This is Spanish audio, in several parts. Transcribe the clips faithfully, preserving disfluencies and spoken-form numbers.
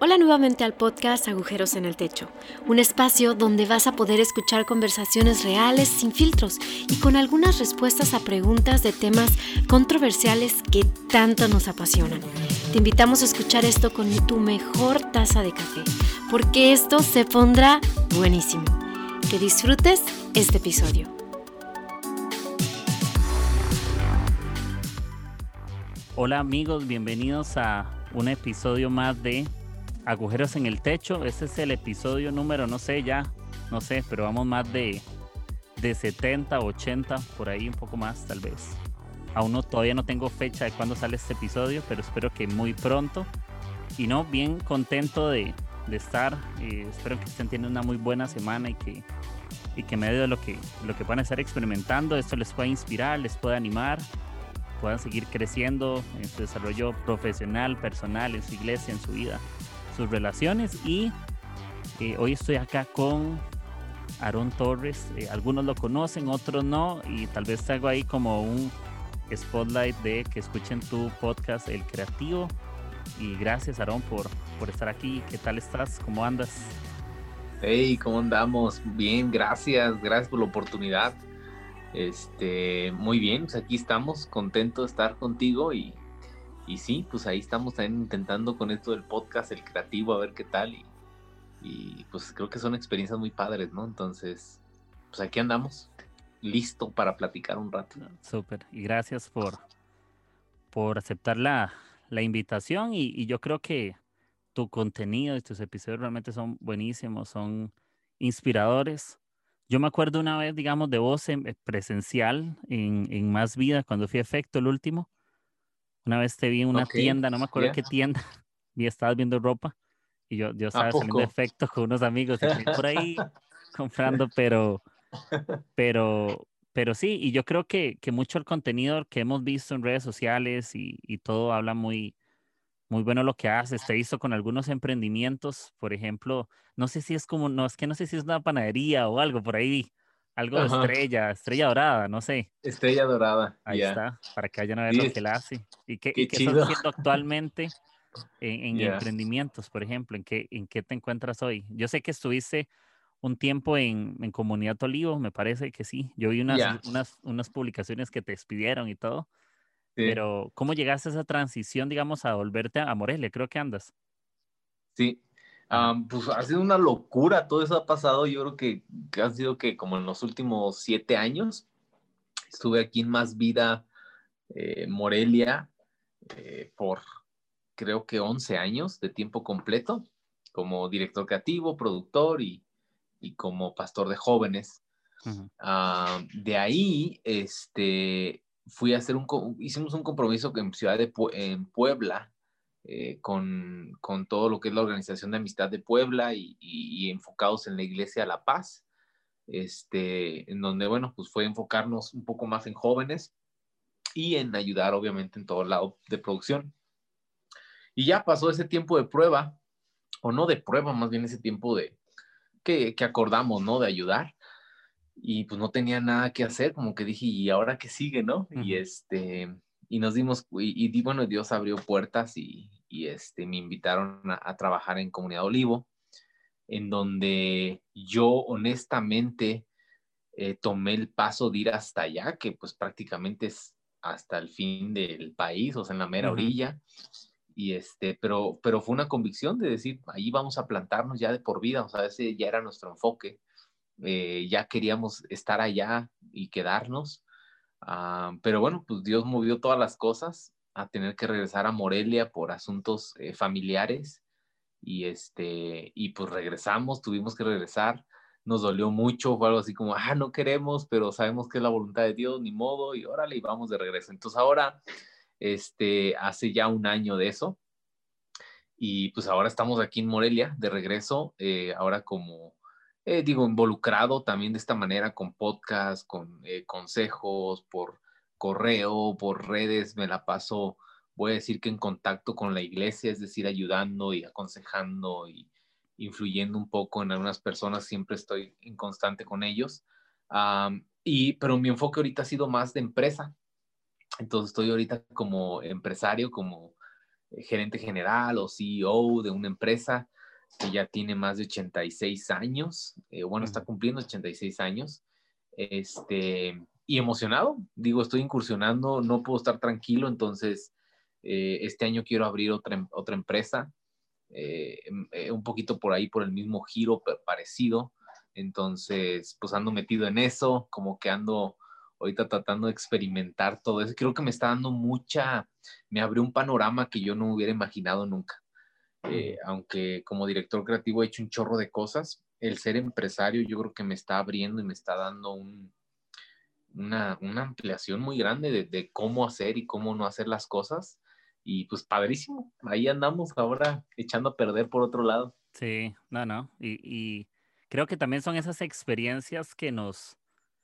Hola nuevamente al podcast Agujeros en el Techo, un espacio donde vas a poder escuchar conversaciones reales, sin filtros y con algunas respuestas a preguntas de temas controversiales que tanto nos apasionan. Te invitamos a escuchar esto con tu mejor taza de café, porque esto se pondrá buenísimo. Que disfrutes este episodio. Hola amigos, bienvenidos a un episodio más de Agujeros en el Techo. Este es el episodio número, no sé ya, no sé, pero vamos más de, de setenta, ochenta, por ahí un poco más tal vez. Aún no, todavía no tengo fecha de cuándo sale este episodio, pero espero que muy pronto. Y no, bien contento de, de estar, eh, espero que estén teniendo una muy buena semana y que, y que en medio de lo que, lo que puedan estar experimentando, esto les pueda inspirar, les pueda animar, puedan seguir creciendo en su desarrollo profesional, personal, en su iglesia, en su vida, sus relaciones. Y eh, hoy estoy acá con Aarón Torres. Eh, algunos lo conocen, otros no, y tal vez te hago ahí como un spotlight de que escuchen tu podcast El Creativo. Y gracias, Aarón, por, por estar aquí. ¿Qué tal estás? ¿Cómo andas? Hey, ¿cómo andamos? Bien, gracias, gracias por la oportunidad. Este, muy bien, pues aquí estamos, contento de estar contigo y, y sí, pues ahí estamos también intentando con esto del podcast, El Creativo, a ver qué tal y, y pues creo que son experiencias muy padres, ¿no? Entonces, pues aquí andamos, listo para platicar un rato. Súper. Y gracias por, por aceptar la, la invitación. Y, y yo creo que tu contenido y tus episodios realmente son buenísimos, son inspiradores. Yo me acuerdo una vez, digamos, de vos en, eh, presencial en, en Más Vida, cuando fui a Efecto, el último. Una vez te vi en una Ok, tienda, no me acuerdo ya. qué tienda, y estabas viendo ropa, y yo, yo ¿A estaba saliendo de poco? Efecto con unos amigos y te vi por ahí comprando, pero, pero, pero sí, y yo creo que, que mucho el contenido que hemos visto en redes sociales y, y todo habla muy muy bueno lo que haces. Te he visto con algunos emprendimientos, por ejemplo, no sé si es como, no, es que no sé si es una panadería o algo por ahí, algo de Ajá, estrella, estrella dorada, no sé. Estrella Dorada, Ahí ya. está, para que vayan a ver Sí, lo es- que él hace. ¿Y qué, y qué qué estás chido. haciendo actualmente en, en Ya. emprendimientos, por ejemplo? ¿En qué, en qué te encuentras hoy? Yo sé que estuviste un tiempo en, en Comunidad Olivo, me parece que sí. Yo vi unas, Ya, unas, unas publicaciones que te despidieron y todo, sí. pero ¿cómo llegaste a esa transición, digamos, a volverte a Morelia? Creo que andas. Sí, Ajá. Am, pues ha sido una locura, todo eso ha pasado, yo creo que, que ha sido que como en los últimos siete años, estuve aquí en Más Vida, eh, Morelia, eh, por creo que once años de tiempo completo, como director creativo, productor y, y como pastor de jóvenes. Ujú. Ah, de ahí, este, fui a hacer un, hicimos un compromiso en Ciudad de Pue- en Puebla, eh, con, con todo lo que es la Organización de Amistad de Puebla y, y, y enfocados en la Iglesia La Paz, este, en donde, bueno, pues fue enfocarnos un poco más en jóvenes y en ayudar, obviamente, en todo el lado de producción. Y ya pasó ese tiempo de prueba, o no de prueba, más bien ese tiempo de que, que acordamos, ¿no? De ayudar y pues no tenía nada que hacer, como que dije, ¿y ahora qué sigue, no? Y Ujú. este, y nos dimos, y, y bueno, Dios abrió puertas y, y este, me invitaron a, a trabajar en Comunidad Olivo, en donde yo honestamente eh, tomé el paso de ir hasta allá, que pues prácticamente es hasta el fin del país, o sea, en la mera Ujú. orilla. Y este, pero, pero fue una convicción de decir, ahí vamos a plantarnos ya de por vida, o sea, ese ya era nuestro enfoque, eh, ya queríamos estar allá y quedarnos. Uh, pero bueno, pues Dios movió todas las cosas a tener que regresar a Morelia por asuntos eh, familiares y este, y pues regresamos, tuvimos que regresar, nos dolió mucho, fue algo así como, ah, no queremos, pero sabemos que es la voluntad de Dios, ni modo, y órale, y vamos de regreso. Entonces ahora, este, hace ya un año de eso, y pues ahora estamos aquí en Morelia de regreso, eh, ahora como, eh, digo, involucrado también de esta manera con podcast, con eh, consejos, por correo, por redes, me la paso, voy a decir que en contacto con la iglesia, es decir, ayudando y aconsejando y influyendo un poco en algunas personas, siempre estoy en constante con ellos. Um, y, pero mi enfoque ahorita ha sido más de empresa, entonces estoy ahorita como empresario, como gerente general o C E O de una empresa que ya tiene más de ochenta y seis años, eh, bueno, está cumpliendo ochenta y seis años, este, y emocionado, digo, estoy incursionando, no puedo estar tranquilo, entonces eh, este año quiero abrir otra, otra empresa, eh, eh, un poquito por ahí, por el mismo giro parecido, entonces pues ando metido en eso, como que ando ahorita tratando de experimentar todo eso, creo que me está dando mucha, me abrió un panorama que yo no hubiera imaginado nunca. Eh, aunque como director creativo he hecho un chorro de cosas, el ser empresario yo creo que me está abriendo y me está dando un, una, una ampliación muy grande de, de cómo hacer y cómo no hacer las cosas. Y pues padrísimo, ahí andamos ahora echando a perder por otro lado. Sí, no, no. Y, y creo que también son esas experiencias que nos,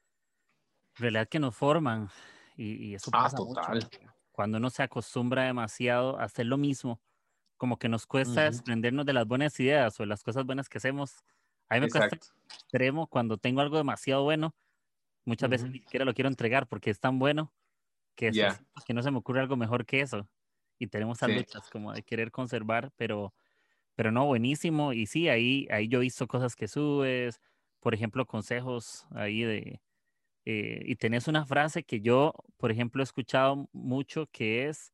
en realidad que nos forman. Y, y eso Ah, pasa mucho. total. Cuando uno se acostumbra demasiado a hacer lo mismo, como que nos cuesta Uh-huh. desprendernos de las buenas ideas o de las cosas buenas que hacemos. A mí me cuesta Exacto. extremo cuando tengo algo demasiado bueno. Muchas veces Uh-huh. ni siquiera lo quiero entregar porque es tan bueno que, se, Ya, que no se me ocurre algo mejor que eso. Y tenemos esas sí. luchas como de querer conservar, pero, pero no, buenísimo. Y sí, ahí, ahí yo he visto cosas que subes, por ejemplo, consejos ahí de... eh, y tenés una frase que yo, por ejemplo, he escuchado mucho que es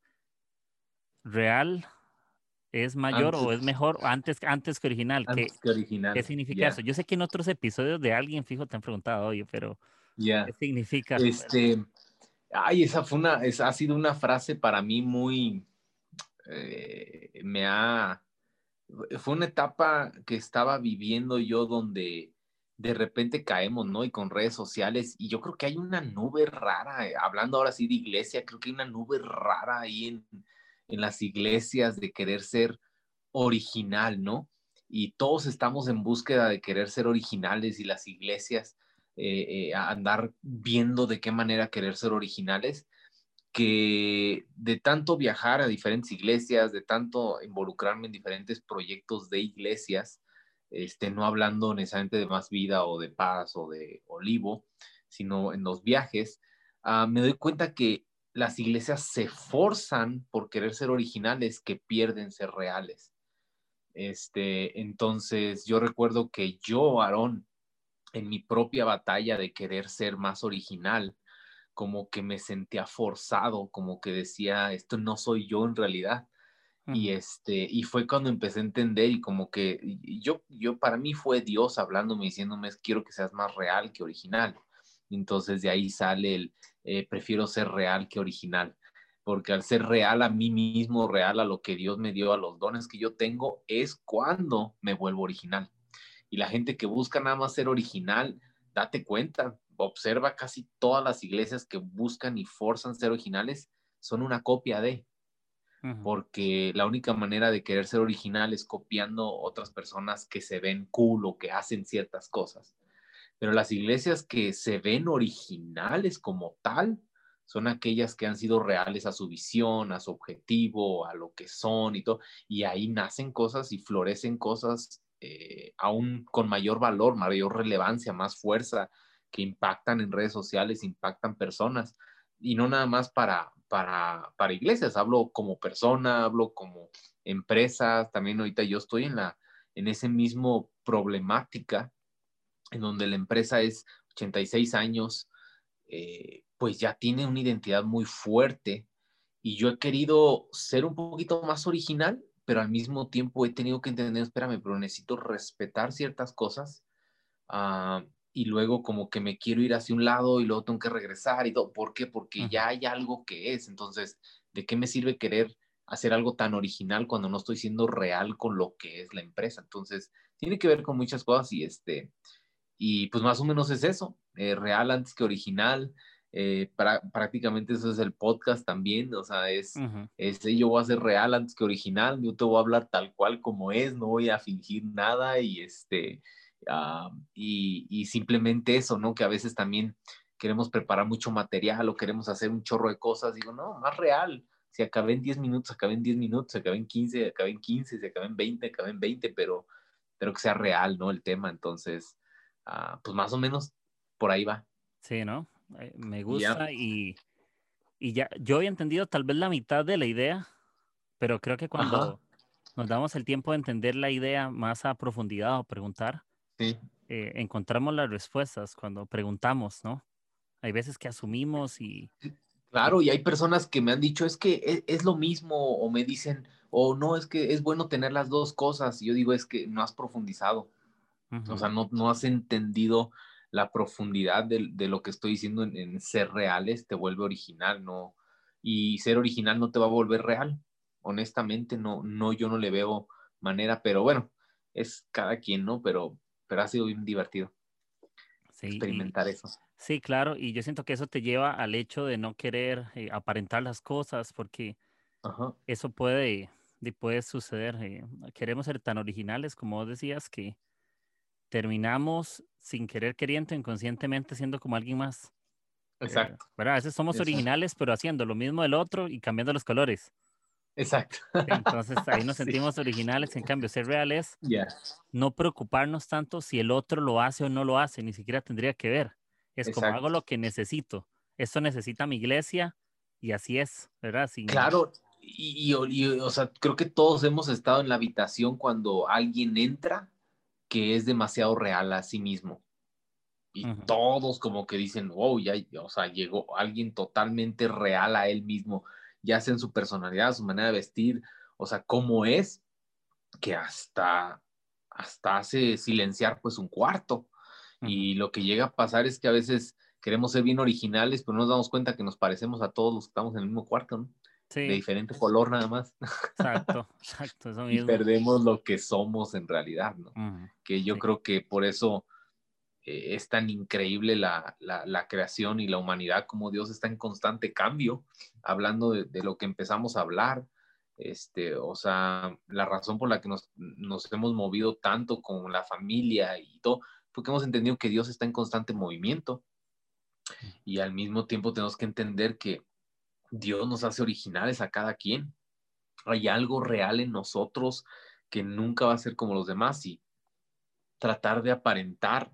real es mayor o es Antes, mejor antes, antes que original. ¿Qué, antes que qué original. significa eso? Ya, Yo sé que en otros episodios de alguien fijo te han preguntado, oye, pero ¿qué ya. significa? Este, ay, esa fue una, esa ha sido una frase para mí muy, eh, me ha, fue una etapa que estaba viviendo yo donde de repente caemos, ¿no? Y con redes sociales, y yo creo que hay una nube rara, eh, hablando ahora sí de iglesia, creo que hay una nube rara ahí en, en las iglesias de querer ser original, ¿no? Y todos estamos en búsqueda de querer ser originales y las iglesias eh, eh, a andar viendo de qué manera querer ser originales que de tanto viajar a diferentes iglesias, de tanto involucrarme en diferentes proyectos de iglesias, este, no hablando necesariamente de Más Vida o de Paz o de Olivo, sino en los viajes, uh, me doy cuenta que las iglesias se forzan por querer ser originales que pierden ser reales. Este, entonces, yo recuerdo que yo, Aarón, en mi propia batalla de querer ser más original, como que me sentía forzado, como que decía, esto no soy yo en realidad. Y Ujú. este, y fue cuando empecé a entender y como que yo, yo para mí fue Dios hablándome, diciéndome, quiero que seas más real que original. Entonces de ahí sale el, eh, prefiero ser real que original, porque al ser real a mí mismo, real a lo que Dios me dio, a los dones que yo tengo, es cuando me vuelvo original. Y la gente que busca nada más ser original, date cuenta, observa casi todas las iglesias que buscan y forzan ser originales, son una copia de, Ujú. porque la única manera de querer ser original es copiando otras personas que se ven cool o que hacen ciertas cosas. Pero las iglesias que se ven originales como tal son aquellas que han sido reales a su visión, a su objetivo, a lo que son y todo. Y ahí nacen cosas y florecen cosas eh, aún con mayor valor, mayor relevancia, más fuerza, que impactan en redes sociales, impactan personas. Y no nada más para, para, para iglesias, hablo como persona, hablo como empresas. También ahorita yo estoy en, la, en ese mismo problemática en donde la empresa es ochenta y seis años, eh, pues ya tiene una identidad muy fuerte y yo he querido ser un poquito más original, pero al mismo tiempo he tenido que entender, espérame, pero necesito respetar ciertas cosas uh, y luego como que me quiero ir hacia un lado y luego tengo que regresar y todo. ¿Por qué? Porque Ujú. ya hay algo que es. Entonces, ¿de qué me sirve querer hacer algo tan original cuando no estoy siendo real con lo que es la empresa? Entonces, tiene que ver con muchas cosas y este, y pues más o menos es eso, eh, real antes que original. Eh, pra prácticamente eso es el podcast también, o sea, es, Ujú. es yo voy a ser real antes que original, yo te voy a hablar tal cual como es, no voy a fingir nada y este, uh, y, y simplemente eso, ¿no? Que a veces también queremos preparar mucho material o queremos hacer un chorro de cosas, digo, no, más real. Si acabé en diez minutos, acabé en diez minutos, acabé en quince, acabé en quince, si acabé en veinte, acabé en veinte, pero, pero que sea real, ¿no? El tema, entonces, uh, pues más o menos por ahí va. Sí, ¿no? Eh, me Ya. gusta y, y ya, yo había entendido tal vez la mitad de la idea, pero creo que Ajá, cuando nos damos el tiempo de entender la idea más a profundidad o preguntar, sí. eh, encontramos las respuestas cuando preguntamos, ¿no? Hay veces que asumimos y, y Claro, y hay personas que me han dicho, es que es, es lo mismo, o me dicen, o no, es que es bueno tener las dos cosas. Y yo digo, es que no has profundizado, o sea, ujú, no, no has entendido la profundidad de, de lo que estoy diciendo en, en ser reales, te vuelve original, ¿no? Y ser original no te va a volver real. Honestamente, no, no, yo no le veo manera, pero bueno, es cada quien, ¿no? Pero, pero ha sido bien divertido sí, y experimentar eso. sí, claro, y yo siento que eso te lleva al hecho de no querer eh, aparentar las cosas, porque Ajá, eso puede, de- puede suceder. Eh, queremos ser tan originales, como vos decías, que terminamos sin querer queriendo, inconscientemente siendo como alguien más. Eh, exacto, ¿verdad? A veces somos exacto, originales, pero haciendo lo mismo del otro y cambiando los colores. exacto. Entonces ahí nos Sí, sentimos originales, en cambio, ser reales, ya, no preocuparnos tanto si el otro lo hace o no lo hace, ni siquiera tendría que ver. Es como hago exacto. lo que necesito. Esto necesita mi iglesia y así es, ¿verdad? Sin... Claro, y, y- y, o sea, creo que todos hemos estado en la habitación cuando alguien entra que es demasiado real a sí mismo. Y Ujú, todos como que dicen, wow, ya, o sea, llegó alguien totalmente real a él mismo, ya sea en su personalidad, su manera de vestir, o sea, cómo es, que hasta, hasta hace silenciar pues un cuarto. ujú. Y lo que llega a pasar es que a veces queremos ser bien originales, pero no nos damos cuenta que nos parecemos a todos los que estamos en el mismo cuarto, ¿no? De Sí, diferente color nada más. exacto, exacto, eso Y mismo. perdemos lo que somos en realidad, ¿no? Ujú, Que yo sí, creo que por eso eh, es tan increíble la, la, la, creación y la humanidad, como Dios está en constante cambio, hablando de, de lo que empezamos a hablar. Este, o sea, la razón por la que nos, nos hemos movido tanto con la familia y todo, porque hemos entendido que Dios está en constante movimiento ujú, y al mismo tiempo tenemos que entender que Dios nos hace originales a cada quien. Hay algo real en nosotros que nunca va a ser como los demás y tratar de aparentar,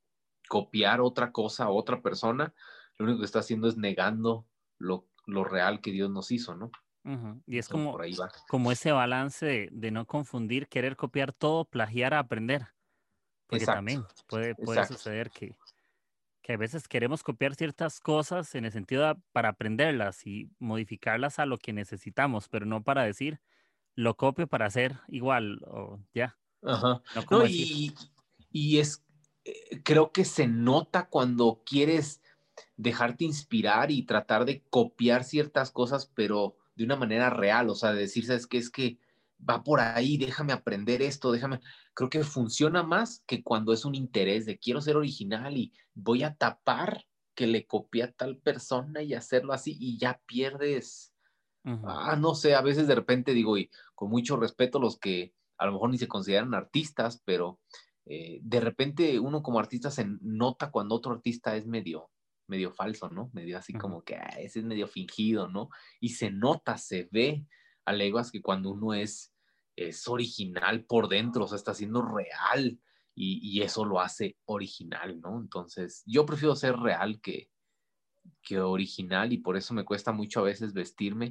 copiar otra cosa a otra persona, lo único que está haciendo es negando lo, lo real que Dios nos hizo, ¿no? ujú. Y es Entonces como, por ahí va. como ese balance de, de no confundir, querer copiar todo, plagiar a aprender, porque Exacto, también puede, puede exacto. suceder que que a veces queremos copiar ciertas cosas en el sentido de- para aprenderlas y modificarlas a lo que necesitamos, pero no para decir, lo copio para hacer igual o ya, Ajá. no No, como decir, y, y es, eh, creo que se nota cuando quieres dejarte inspirar y tratar de copiar ciertas cosas, pero de una manera real, o sea, de decir, ¿sabes qué? Es que va por ahí, déjame aprender esto, déjame, creo que funciona más que cuando es un interés de quiero ser original y voy a tapar que le copié a tal persona y hacerlo así y ya pierdes, ujú, ah, no sé, a veces de repente digo, y con mucho respeto los que a lo mejor ni se consideran artistas, pero eh, de repente uno como artista se nota cuando otro artista es medio, medio falso, ¿no? Medio así ujú, como que ah, ese es medio fingido, ¿no? Y se nota, se ve a leguas que cuando uno es, es original por dentro, o sea, está siendo real y, y eso lo hace original, ¿no? Entonces, yo prefiero ser real que, que original y por eso me cuesta mucho a veces vestirme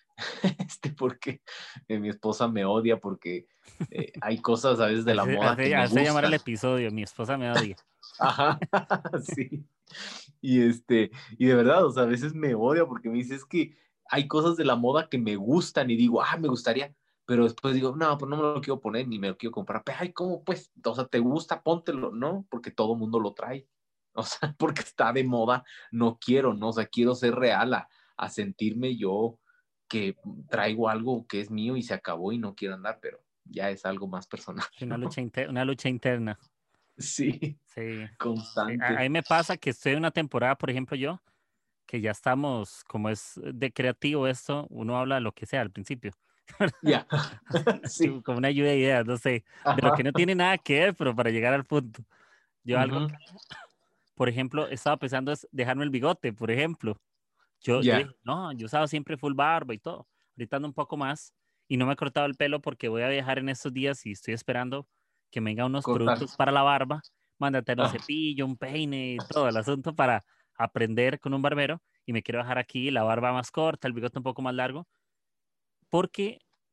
este, porque eh, mi esposa me odia porque eh, hay cosas a veces de la Hace, moda que hace, me hace llamar el gustan. episodio, mi esposa me odia. Ajá, sí. Y este, y de verdad, o sea, a veces me odia porque me dice es que hay cosas de la moda que me gustan y digo, ah, me gustaría, pero después digo, no, pues no me lo quiero poner ni me lo quiero comprar. Pero, ay, ¿cómo pues? O sea, ¿te gusta? Póntelo, ¿no? Porque todo el mundo lo trae. O sea, porque está de moda, no quiero, ¿no? O sea, quiero ser real a, a sentirme yo que traigo algo que es mío y se acabó y no quiero andar, pero ya es algo más personal, Es una ¿no? lucha, inter- una lucha interna. Sí, Sí, sí. A, a constante. mí me pasa que estoy en una temporada, por ejemplo, yo, que ya estamos, como es de creativo esto, uno habla de lo que sea al principio. Ya, sí. Como una lluvia de ideas, no sé, de lo que Ajá. no tiene nada que ver, pero para llegar al punto. Yo algo Ujú. que, por ejemplo, estaba pensando es dejarme el bigote, por ejemplo. Yo, yo Ya, dije, no, yo usaba siempre full barba y todo. Ahorita ando un poco más y no me he cortado el pelo porque voy a viajar en estos días y estoy esperando que me vengan unos cortar. productos para la barba. Mándate un Ah, cepillo, un peine y todo el asunto para aprender con un barbero. Y me quiero dejar aquí la barba más corta, el bigote un poco más largo, porque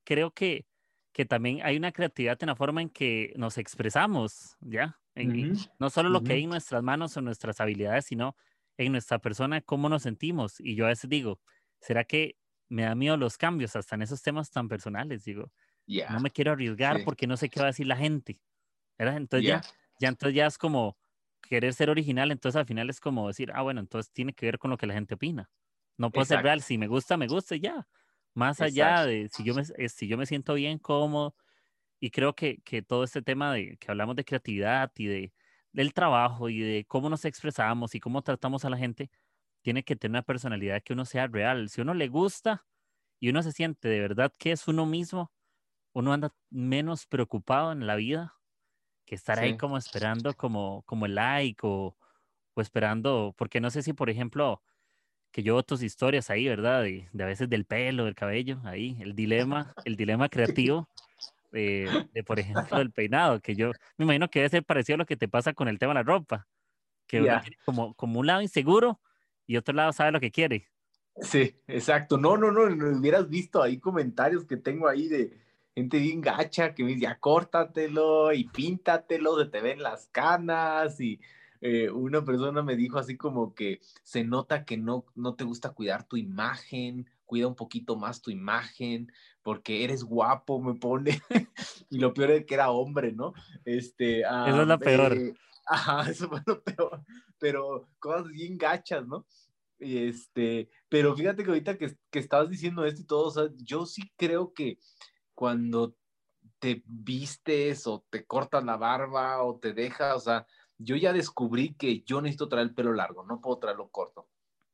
creo que, que también hay una creatividad en la forma en que nos expresamos, ¿ya? En, en- Ujú, no solo lo que hay ujú. en nuestras manos o nuestras habilidades, sino en nuestra persona, cómo nos sentimos. Y yo a veces digo, ¿será que me da miedo los cambios hasta en esos temas tan personales? Digo, no Ya, me quiero arriesgar sí, porque no sé qué va a decir la gente, ¿verdad? Entonces ya, ya, ya entonces ya es como querer ser original, entonces al final es como decir, ah, bueno, entonces tiene que ver con lo que la gente opina. No puedo ser real, exacto, si me gusta, me gusta y ya. Más allá exacto. de si yo me, eh, si yo me siento bien, cómodo, y creo que, que todo este tema de que hablamos de creatividad y de, del trabajo y de cómo nos expresamos y cómo tratamos a la gente, tiene que tener una personalidad que uno sea real. Si uno le gusta y uno se siente de verdad que es uno mismo, uno anda menos preocupado en la vida que estar ahí Sí, como esperando como, como el like o, o esperando, porque no sé si, por ejemplo, que yo veo tus historias ahí, ¿verdad? De, de a veces del pelo, del cabello, ahí, el dilema, el dilema creativo de, de, por ejemplo, el peinado, que yo me imagino que debe ser parecido a lo que te pasa con el tema de la ropa, que uno ya. tiene como, como un lado inseguro y otro lado sabe lo que quiere. Sí, exacto. No, no, no, no hubieras visto ahí comentarios que tengo ahí de gente bien gacha que me dice, ya córtatelo y píntatelo, se te ven las canas. Y eh, una persona me dijo así como que se nota que no, no te gusta cuidar tu imagen, cuida un poquito más tu imagen, porque eres guapo, me pone. Y lo peor es que era hombre, ¿no? Este, Eso es ah, lo peor. eh, ajá, eso fue lo peor, pero cosas bien gachas, ¿no? Y este, pero fíjate que ahorita que, que estabas diciendo esto y todo, o sea, yo sí creo que cuando te vistes o te cortas la barba o te dejas, o sea, yo ya descubrí que yo necesito traer el pelo largo, no puedo traerlo corto.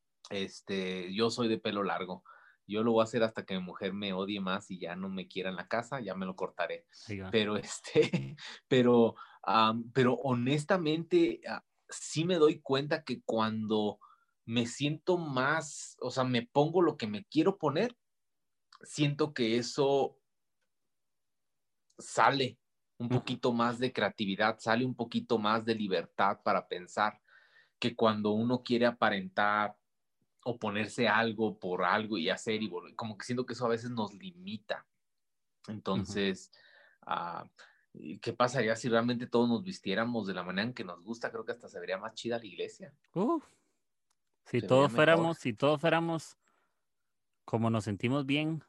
Este, yo soy de pelo largo. Yo lo voy a hacer hasta que mi mujer me odie más y ya no me quiera en la casa, ya me lo cortaré. Ahí va. Pero este, pero, um, pero honestamente, uh, sí me doy cuenta que cuando me siento más, o sea, me pongo lo que me quiero poner, siento que eso sale un Ujú, poquito más de creatividad, sale un poquito más de libertad para pensar que cuando uno quiere aparentar o ponerse algo por algo y hacer y volver, como que siento que eso a veces nos limita. ujú. Entonces, uh, ¿qué pasaría si realmente todos nos vistiéramos de la manera en que nos gusta? Creo que hasta se vería más chida la iglesia, Uf, si se vería todos mejor. fuéramos, si todos fuéramos como nos sentimos bien,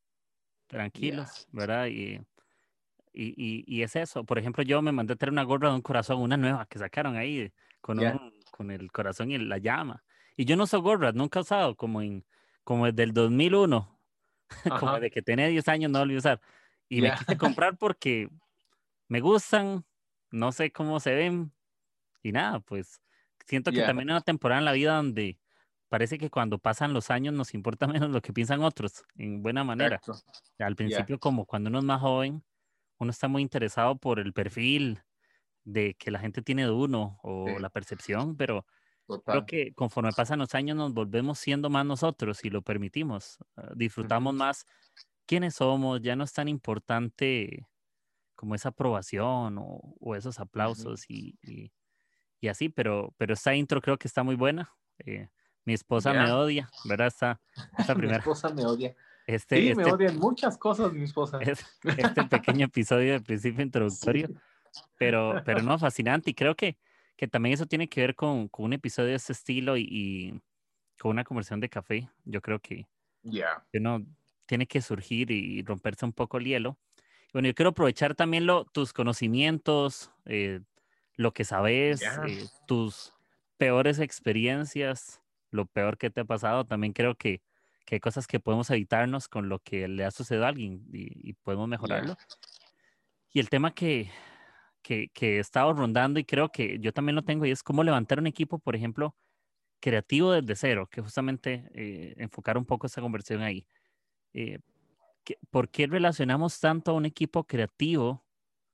Ya, yeah. tranquilos, ¿verdad? Y, y, y, y es eso. Por ejemplo, yo me mandé a traer una gorra de un corazón, una nueva que sacaron ahí, con Ya, un, con el corazón y la llama. Y yo no uso gorras, nunca he usado, como en, como desde el dos mil uno, como ajá, de que tenía diez años no volví a usar. Y me ya, quise comprar porque me gustan, no sé cómo se ven, y nada, pues siento que ya, también es una temporada en la vida donde parece que cuando pasan los años nos importa menos lo que piensan otros, en buena manera. exacto, Al ya, principio, como cuando uno es más joven, uno está muy interesado por el perfil de que la gente tiene de uno o sí, la percepción, pero creo total. que conforme pasan los años nos volvemos siendo más nosotros y lo permitimos. eh, Disfrutamos Ujú, más quiénes somos, ya no es tan importante como esa aprobación o, o esos ujú. aplausos y, y- y así, pero, pero esta intro creo que está muy buena. eh, mi esposa me Ya, odia, ¿verdad? Esta, esta mi primera, esposa me odia. este, Sí, me este, odian muchas cosas, mi esposa. es, este pequeño episodio de principio Sí. introductorio. Pero, pero no, fascinante. Y creo que, que también eso tiene que ver con, con un episodio de ese estilo y, y con una conversión de café. Yo creo que Ya, uno tiene que surgir y romperse un poco el hielo. Bueno, yo quiero aprovechar también lo, tus conocimientos, eh, lo que sabes, ya, eh, tus peores experiencias, lo peor que te ha pasado. También creo que, que hay cosas que podemos evitarnos con lo que le ha sucedido a alguien y, y podemos ya, mejorarlo. Y el tema que, que, que he estado rondando y creo que yo también lo tengo y es cómo levantar un equipo, por ejemplo, creativo desde cero, que justamente eh, enfocar un poco esa conversión ahí. Eh, ¿qué- ¿Por qué relacionamos tanto a un equipo creativo?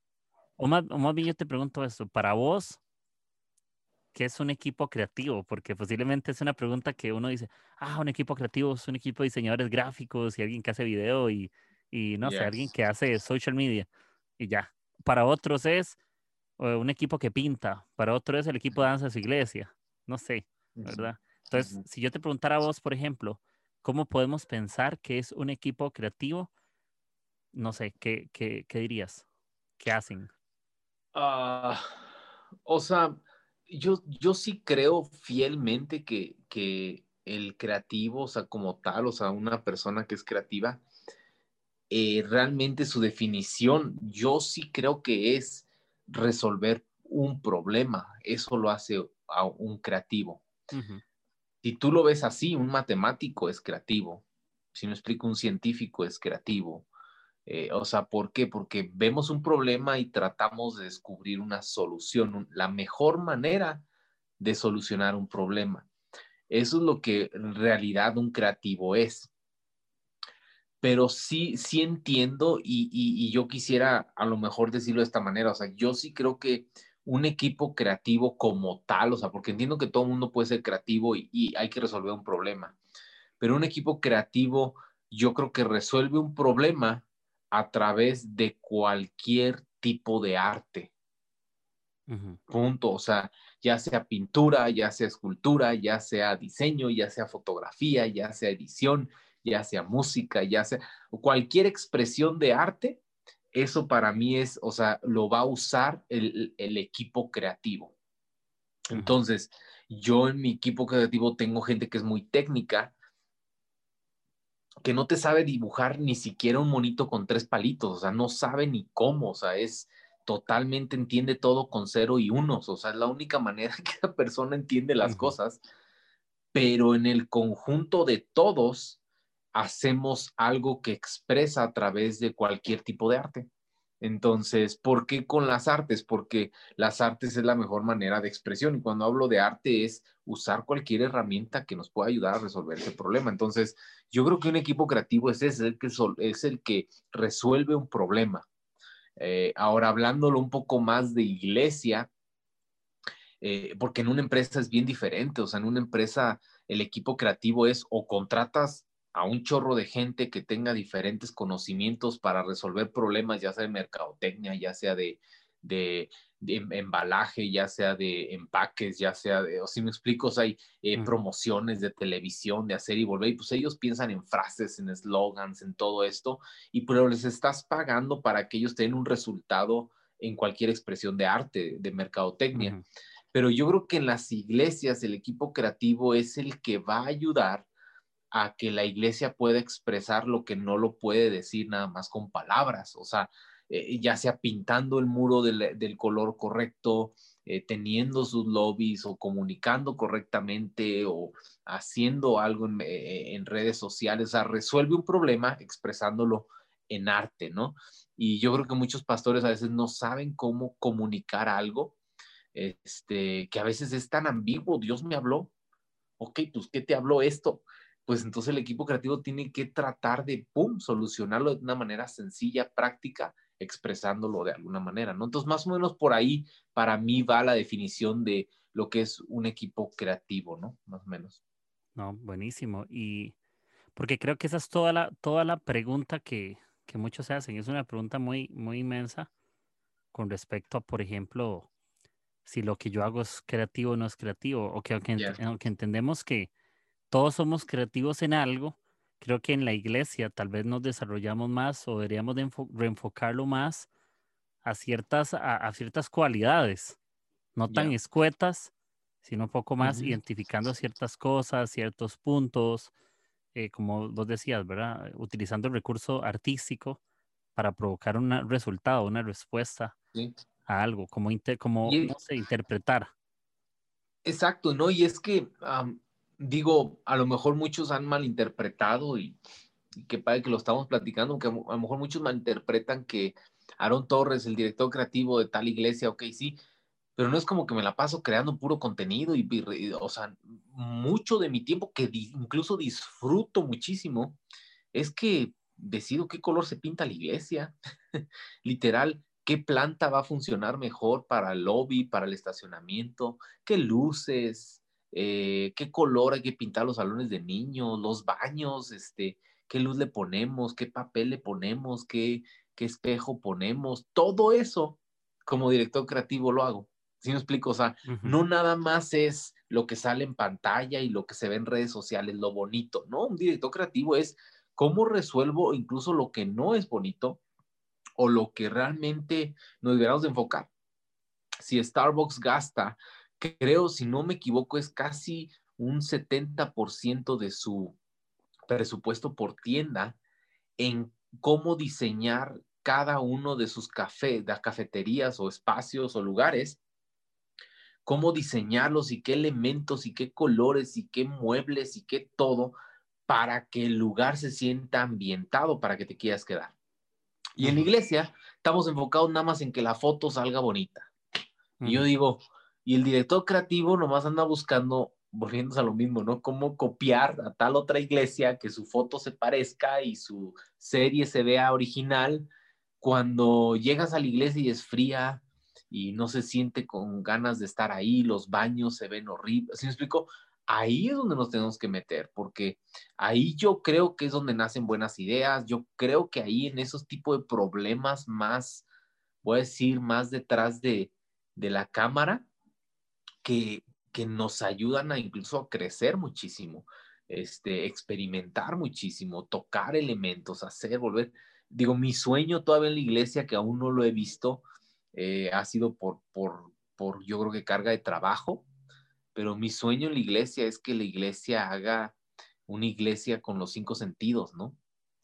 O más, o más bien yo te pregunto esto, para vos, ¿qué es un equipo creativo? Porque posiblemente es una pregunta que uno dice, ah, un equipo creativo es un equipo de diseñadores gráficos y alguien que hace video y, y no sé, ya. alguien que hace social media y ya. Para otros es o un equipo que pinta, para otro es el equipo de danza de su iglesia, no sé, Ujú, ¿verdad? Entonces, ujú. si yo te preguntara a vos, por ejemplo, ¿cómo podemos pensar que es un equipo creativo? no sé, ¿qué, qué, qué dirías? ¿Qué hacen? Ah, o sea, yo, yo sí creo fielmente que, que el creativo, o sea, como tal, o sea, una persona que es creativa, eh, realmente su definición, yo sí creo que es resolver un problema. Eso lo hace a un creativo. Ujú, Si tú lo ves así, un matemático es creativo. Si me explico, un científico es creativo. Eh, o sea, ¿por qué? Porque vemos un problema y tratamos de descubrir una solución, un- la mejor manera de solucionar un problema. Eso es lo que en realidad un creativo es. Pero sí, sí entiendo y, y, y yo quisiera a lo mejor decirlo de esta manera. O sea, yo sí creo que un equipo creativo como tal, o sea, porque entiendo que todo el mundo puede ser creativo y, y hay que resolver un problema, pero un equipo creativo yo creo que resuelve un problema a través de cualquier tipo de arte. ujú, Punto. O sea, ya sea pintura, ya sea escultura, ya sea diseño, ya sea fotografía, ya sea edición, ya sea música, ya sea cualquier expresión de arte, eso para mí es, o sea, lo va a usar el, el equipo creativo. ujú, Entonces, yo en mi equipo creativo tengo gente que es muy técnica, que no te sabe dibujar ni siquiera un monito con tres palitos, o sea, no sabe ni cómo, o sea, es totalmente entiende todo con cero y unos, o sea, es la única manera que la persona entiende las ujú, cosas, pero en el conjunto de todos hacemos algo que expresa a través de cualquier tipo de arte. Entonces, ¿por qué con las artes? Porque las artes es la mejor manera de expresión y cuando hablo de arte es usar cualquier herramienta que nos pueda ayudar a resolver ese problema. Entonces, yo creo que un equipo creativo es, ese, es, el, que sol, es el que resuelve un problema. Eh, ahora, hablándolo un poco más de iglesia, eh, porque en una empresa es bien diferente, o sea, en una empresa el equipo creativo es o contratas a un chorro de gente que tenga diferentes conocimientos para resolver problemas, ya sea de mercadotecnia, ya sea de, de, de embalaje, ya sea de empaques, ya sea de, o si me explico, o sea, hay eh, ujú, promociones de televisión, de hacer y volver, y pues ellos piensan en frases, en eslogans, en todo esto, y pero les estás pagando para que ellos tengan un resultado en cualquier expresión de arte, de mercadotecnia. ujú, Pero yo creo que en las iglesias el equipo creativo es el que va a ayudar a que la iglesia pueda expresar lo que no lo puede decir nada más con palabras, o sea, eh, ya sea pintando el muro del, del color correcto, eh, teniendo sus lobbies o comunicando correctamente o haciendo algo en, eh, en redes sociales, o sea, resuelve un problema expresándolo en arte, ¿no? Y yo creo que muchos pastores a veces no saben cómo comunicar algo este, que a veces es tan ambiguo, Dios me habló, ok, pues ¿qué te habló esto? Pues entonces el equipo creativo tiene que tratar de, pum, solucionarlo de una manera sencilla, práctica, expresándolo de alguna manera, ¿no? Entonces, más o menos por ahí, para mí va la definición de lo que es un equipo creativo, ¿no? Más o menos. no, buenísimo. Y porque creo que esa es toda la, toda la pregunta que, que muchos se hacen. Es una pregunta muy, muy inmensa con respecto a, por ejemplo, si lo que yo hago es creativo o no es creativo, o que aunque, ent- Yeah. aunque entendemos que todos somos creativos en algo, creo que en la iglesia tal vez nos desarrollamos más o deberíamos de enfo- reenfocarlo más a ciertas, a, a ciertas cualidades, no tan Yeah. escuetas, sino un poco más Uh-huh. identificando ciertas cosas, ciertos puntos, eh, como vos decías, ¿verdad? Utilizando el recurso artístico para provocar un resultado, una respuesta Sí. a algo, como, inte- como, Y no sé, interpretar. exacto, ¿no? Y es que, um, digo, a lo mejor muchos han malinterpretado y, y qué padre que lo estamos platicando, que a, a lo mejor muchos malinterpretan que Aaron Torres, el director creativo de tal iglesia, ok, sí, pero no es como que me la paso creando puro contenido y, y o sea, mucho de mi tiempo que di, incluso disfruto muchísimo es que decido qué color se pinta la iglesia, literal, qué planta va a funcionar mejor para el lobby, para el estacionamiento, qué luces, eh, qué color hay que pintar los salones de niños, los baños, este, qué luz le ponemos, qué papel le ponemos, qué, qué espejo ponemos, todo eso como director creativo lo hago. ¿Sí me explico? O sea, Ujú, no nada más es lo que sale en pantalla y lo que se ve en redes sociales, lo bonito, ¿no? Un director creativo es ¿Cómo resuelvo incluso lo que no es bonito o lo que realmente nos deberíamos de enfocar? Si Starbucks gasta, creo, si no me equivoco, es casi un setenta por ciento de su presupuesto por tienda en cómo diseñar cada uno de sus cafés, de cafeterías o espacios o lugares, cómo diseñarlos y qué elementos y qué colores y qué muebles y qué todo para que el lugar se sienta ambientado para que te quieras quedar. Y en la iglesia estamos enfocados nada más en que la foto salga bonita. Y yo digo, y el director creativo nomás anda buscando, volviéndose a lo mismo, ¿no? Cómo copiar a tal otra iglesia, que su foto se parezca y su serie se vea original. Cuando llegas a la iglesia y es fría y no se siente con ganas de estar ahí, los baños se ven horribles. ¿Sí me explico? Ahí es donde nos tenemos que meter, porque ahí yo creo que es donde nacen buenas ideas. Yo creo que ahí en esos tipos de problemas más, voy a decir, más detrás de de la cámara que, que nos ayudan a incluso a crecer muchísimo, este, experimentar muchísimo, tocar elementos, hacer, volver. Digo, mi sueño todavía en la iglesia, que aún no lo he visto, eh, ha sido por, por, por, yo creo que carga de trabajo, pero mi sueño en la iglesia es que la iglesia haga una iglesia con los cinco sentidos, ¿no?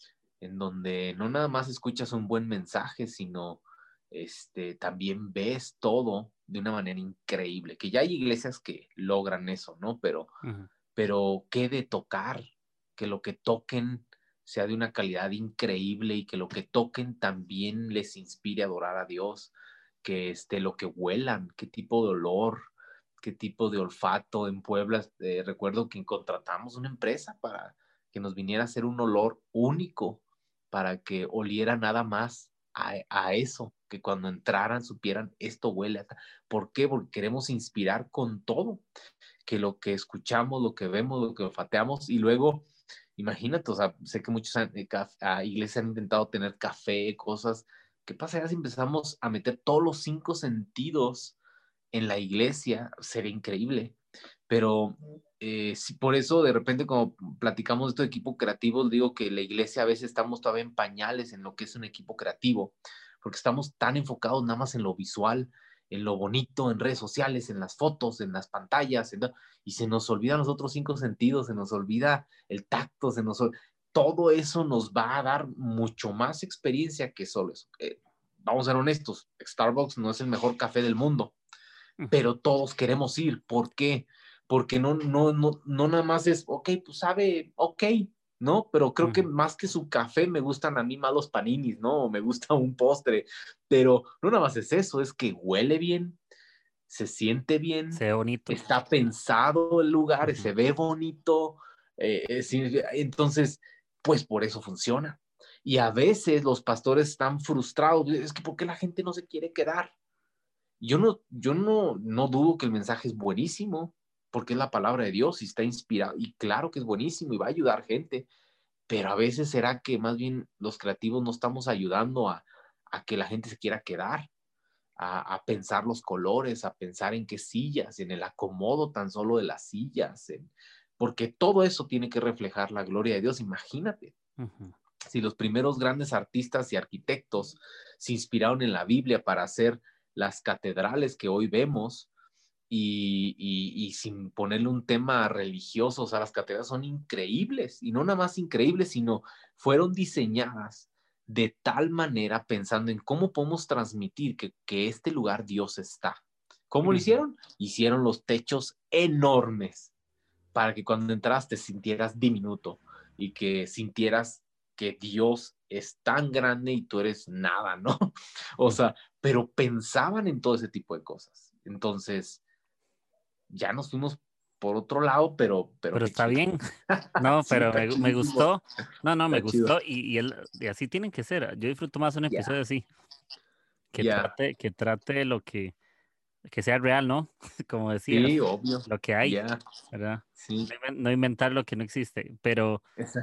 En donde no nada más escuchas un buen mensaje, sino este, también ves todo de una manera increíble, que ya hay iglesias que logran eso, ¿no? Pero, uh-huh. pero qué de tocar, que lo que toquen sea de una calidad increíble y que lo que toquen también les inspire a adorar a Dios, que este, lo que huelan, qué tipo de olor, qué tipo de olfato. En Puebla, eh, recuerdo que contratamos una empresa para que nos viniera a hacer un olor único, para que oliera nada más a, a eso, que cuando entraran supieran, esto huele acá. ¿Por qué? Porque queremos inspirar con todo, que lo que escuchamos, lo que vemos, lo que olfateamos, y luego, imagínate, o sea, sé que muchos eh, a iglesias han intentado tener café, cosas. ¿Qué pasaría si empezamos a meter todos los cinco sentidos en la iglesia? Sería increíble. Pero eh, sí, por eso de repente como platicamos de esto de equipo creativo, digo que la iglesia a veces estamos todavía en pañales en lo que es un equipo creativo, porque estamos tan enfocados nada más en lo visual, en lo bonito, en redes sociales, en las fotos, en las pantallas, en, y se nos olvidan los otros cinco sentidos, se nos olvida el tacto, se nos olvida. Todo eso nos va a dar mucho más experiencia que solo eso. Eh, vamos a ser honestos, Starbucks no es el mejor café del mundo, pero todos queremos ir. ¿Por qué? Porque no, no, no, no nada más es, ok, pues sabe, ok, ¿no? Pero creo uh-huh. que más que su café me gustan a mí más los paninis, ¿no? O me gusta un postre, pero no nada más es eso, es que huele bien, se siente bien, se ve bonito, está pensado el lugar, uh-huh. se ve bonito, eh, es, entonces, pues por eso funciona. Y a veces los pastores están frustrados, es que ¿por qué la gente no se quiere quedar? Yo no, yo no, no dudo que el mensaje es buenísimo, porque es la palabra de Dios y está inspirado, y claro que es buenísimo y va a ayudar gente, pero a veces será que más bien los creativos no estamos ayudando a, a que la gente se quiera quedar, a, a pensar los colores, a pensar en qué sillas, en el acomodo tan solo de las sillas, en, porque todo eso tiene que reflejar la gloria de Dios. Imagínate. Uh-huh. Si los primeros grandes artistas y arquitectos se inspiraron en la Biblia para hacer las catedrales que hoy vemos, y, y, y sin ponerle un tema religioso, o sea, las catedrales son increíbles, y no nada más increíbles, sino fueron diseñadas de tal manera pensando en cómo podemos transmitir que, que este lugar Dios está. ¿Cómo uh-huh. lo hicieron? Hicieron los techos enormes para que cuando entras te sintieras diminuto y que sintieras que Dios es tan grande y tú eres nada, ¿no? O sea, pero pensaban en todo ese tipo de cosas. Entonces, ya nos fuimos por otro lado, pero... Pero, pero está chido. Bien. No, sí, pero me, me gustó. No, no, me está gustó. Y, y, el, y así tienen que ser. Yo disfruto más un episodio yeah. así. Que, yeah. trate, que trate lo que... Que sea real, ¿no? Como decías. Sí, obvio. Lo que hay, yeah. ¿verdad? Sí. No, no inventar lo que no existe. Pero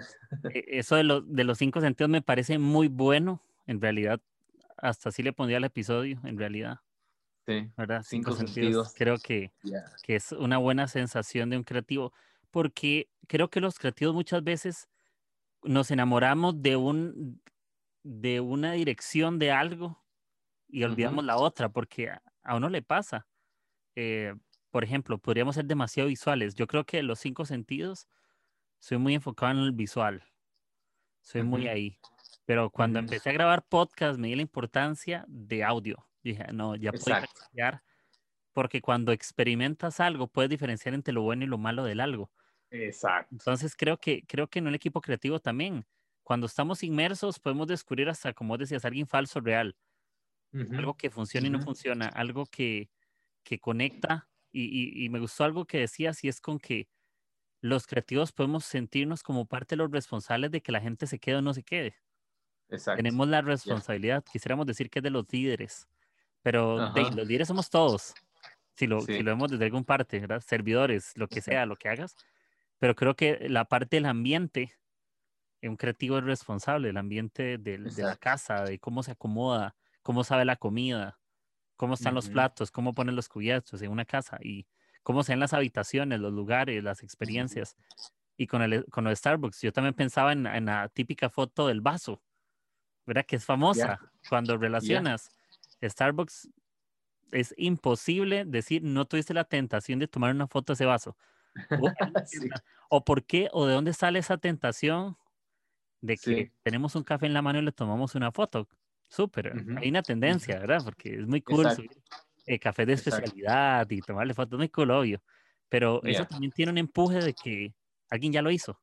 eso de, lo, de los cinco sentidos me parece muy bueno. En realidad, hasta así le pondría al episodio, en realidad. Sí, ¿verdad? Cinco, cinco sentidos. sentidos. Creo que, yeah. que es una buena sensación de un creativo, porque creo que los creativos muchas veces nos enamoramos de, un, de una dirección de algo y olvidamos Ujú. la otra, porque a, a uno le pasa. Eh, por ejemplo, podríamos ser demasiado visuales. Yo creo que los cinco sentidos, soy muy enfocado en el visual, soy muy Ujú. ahí. Pero cuando Ujú. empecé a grabar podcast, me di la importancia de audio. Dije, no, ya puedo Exacto, diferenciar, porque cuando experimentas algo, puedes diferenciar entre lo bueno y lo malo del algo. exacto. Entonces creo que, creo que en un equipo creativo también, cuando estamos inmersos, podemos descubrir hasta, como decías, alguien falso real, Ujú. algo que funciona y no Ujú. funciona, algo que, que conecta. Y, y, y me gustó algo que decías, y es con que los creativos podemos sentirnos como parte de los responsables de que la gente se quede o no se quede. Exacto. Tenemos la Ya. responsabilidad, quisiéramos decir que es de los líderes, pero de, Ajá. los líderes somos todos, si lo, si Sí. lo vemos desde algún parte, ¿verdad? Servidores, lo que sea, lo que hagas, pero creo que la parte del ambiente, eh, un creativo es responsable, el ambiente del- de la Exacto. casa, de cómo se acomoda, cómo sabe la comida, cómo están los Ujú. platos, cómo ponen los cubiertos en una casa y cómo se ven las habitaciones, los lugares, las Ujú. experiencias. Y con el, con lo de Starbucks, yo también pensaba en, en la típica foto del vaso, ¿verdad? Que es Ya. famosa. Cuando Ya. relacionas Starbucks, es imposible decir no tuviste la tentación de tomar una foto de ese vaso. O, alguien Sí. piensa, ¿o por qué o de dónde sale esa tentación de que Sí. tenemos un café en la mano y le tomamos una foto? Súper, Ujú. hay una Ujú. tendencia, ¿verdad? Porque es muy cool Exacto. subir eh, café de Exacto. especialidad y tomarle fotos, muy cool, obvio. Pero eso Ya. también tiene un empuje de que alguien ya lo hizo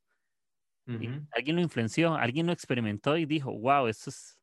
y Ujú. alguien lo influenció, alguien lo experimentó y dijo, wow, esto es...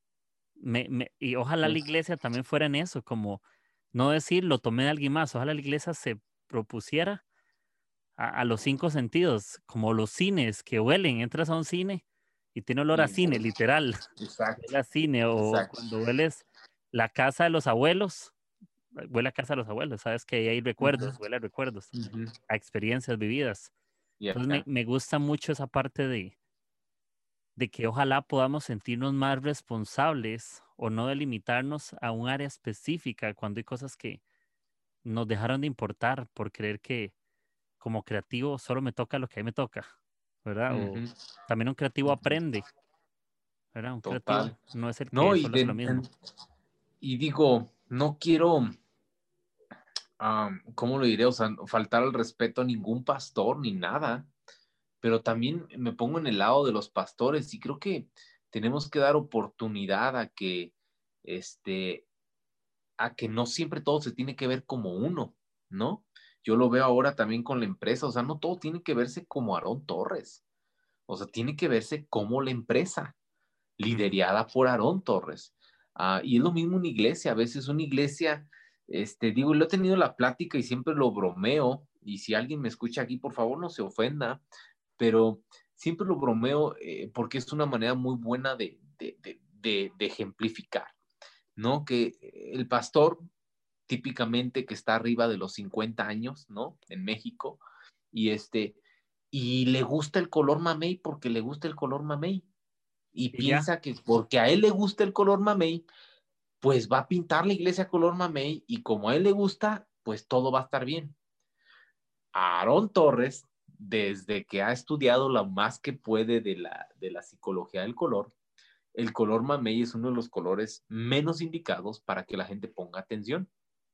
Me, me- y ojalá la Sí. iglesia también fuera en eso, como no decir lo tomé de alguien más, ojalá la iglesia se propusiera a, a los cinco sentidos, como los cines que huelen, entras a un cine y tiene olor a Y cine, literal, exacto. huele a cine, o Exacto. cuando hueles la casa de los abuelos, eh, huele a casa de los abuelos, sabes que ahí hay Ujú. recuerdos, huele a recuerdos, Ujú. a experiencias vividas. Entonces me, Ya. me gusta mucho esa parte de, de que ojalá podamos sentirnos más responsables o no delimitarnos a un área específica cuando hay cosas que nos dejaron de importar por creer que como creativo solo me toca lo que a mí me toca, ¿verdad? O Ujú. también un creativo Ujú. aprende, ¿verdad? Un creativo Total. no es el No, que y, solo hace lo de, mismo. en- y digo, no quiero, am, ¿cómo lo diré? O sea, no faltar al respeto a ningún pastor ni nada, pero también me pongo en el lado de los pastores y creo que tenemos que dar oportunidad a que, este, a que no siempre todo se tiene que ver como uno, ¿no? Yo lo veo ahora también con la empresa, o sea, no todo tiene que verse como Aarón Torres, o sea, tiene que verse como la empresa, Ujú. liderada por Aarón Torres. Ah, y es lo mismo una iglesia, a veces una iglesia, este, digo, lo he tenido la plática y siempre lo bromeo, y si alguien me escucha aquí, por favor no se ofenda, pero siempre lo bromeo eh, porque es una manera muy buena de, de, de, de, de ejemplificar, ¿no? Que el pastor típicamente que está arriba de los cincuenta años, ¿no? En México, y este, y le gusta el color mamey porque le gusta el color mamey, y Y ya, piensa que porque a él le gusta el color mamey, pues va a pintar la iglesia color mamey, y como a él le gusta, pues todo va a estar bien. Aarón Torres, desde que ha estudiado lo más que puede de la, de la psicología del color, el color mamey es uno de los colores menos indicados para que la gente ponga atención.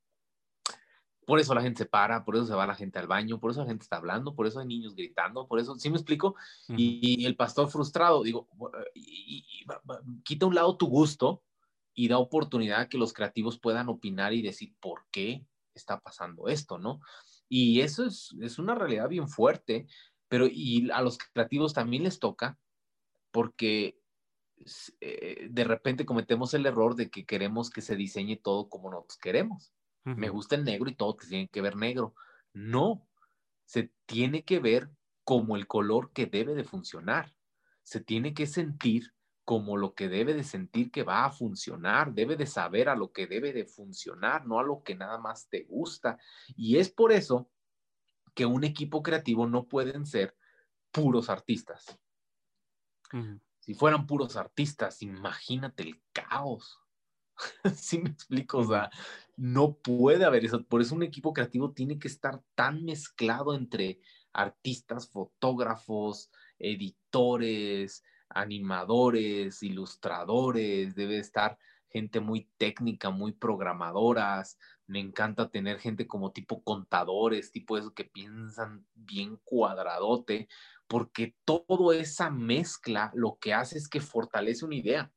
Por eso la gente se para, por eso se va la gente al baño, por eso la gente está hablando, por eso hay niños gritando, por eso, ¿sí me explico? ujú, Y, y el pastor frustrado, digo, y, y, y, quita a un lado tu gusto y da oportunidad a que los creativos puedan opinar y decir por qué está pasando esto, ¿no? Y eso es, es una realidad bien fuerte, pero y a los creativos también les toca porque eh, de repente cometemos el error de que queremos que se diseñe todo como nosotros queremos. Me ujú. gusta el negro y todo tiene que ver negro. No, se tiene que ver como el color que debe de funcionar. Se tiene que sentir como lo que debe de sentir que va a funcionar. Debe de saber a lo que debe de funcionar, no a lo que nada más te gusta. Y es por eso que un equipo creativo no pueden ser puros artistas. Ujú. Si fueran puros artistas, imagínate el caos. ¿Sí me explico? O Ujú. sea, no puede haber eso. Por eso un equipo creativo tiene que estar tan mezclado entre artistas, fotógrafos, editores, animadores, ilustradores, debe estar gente muy técnica, muy programadoras. Me encanta tener gente como tipo contadores, tipo esos que piensan bien cuadradote, porque toda esa mezcla lo que hace es que fortalece una idea.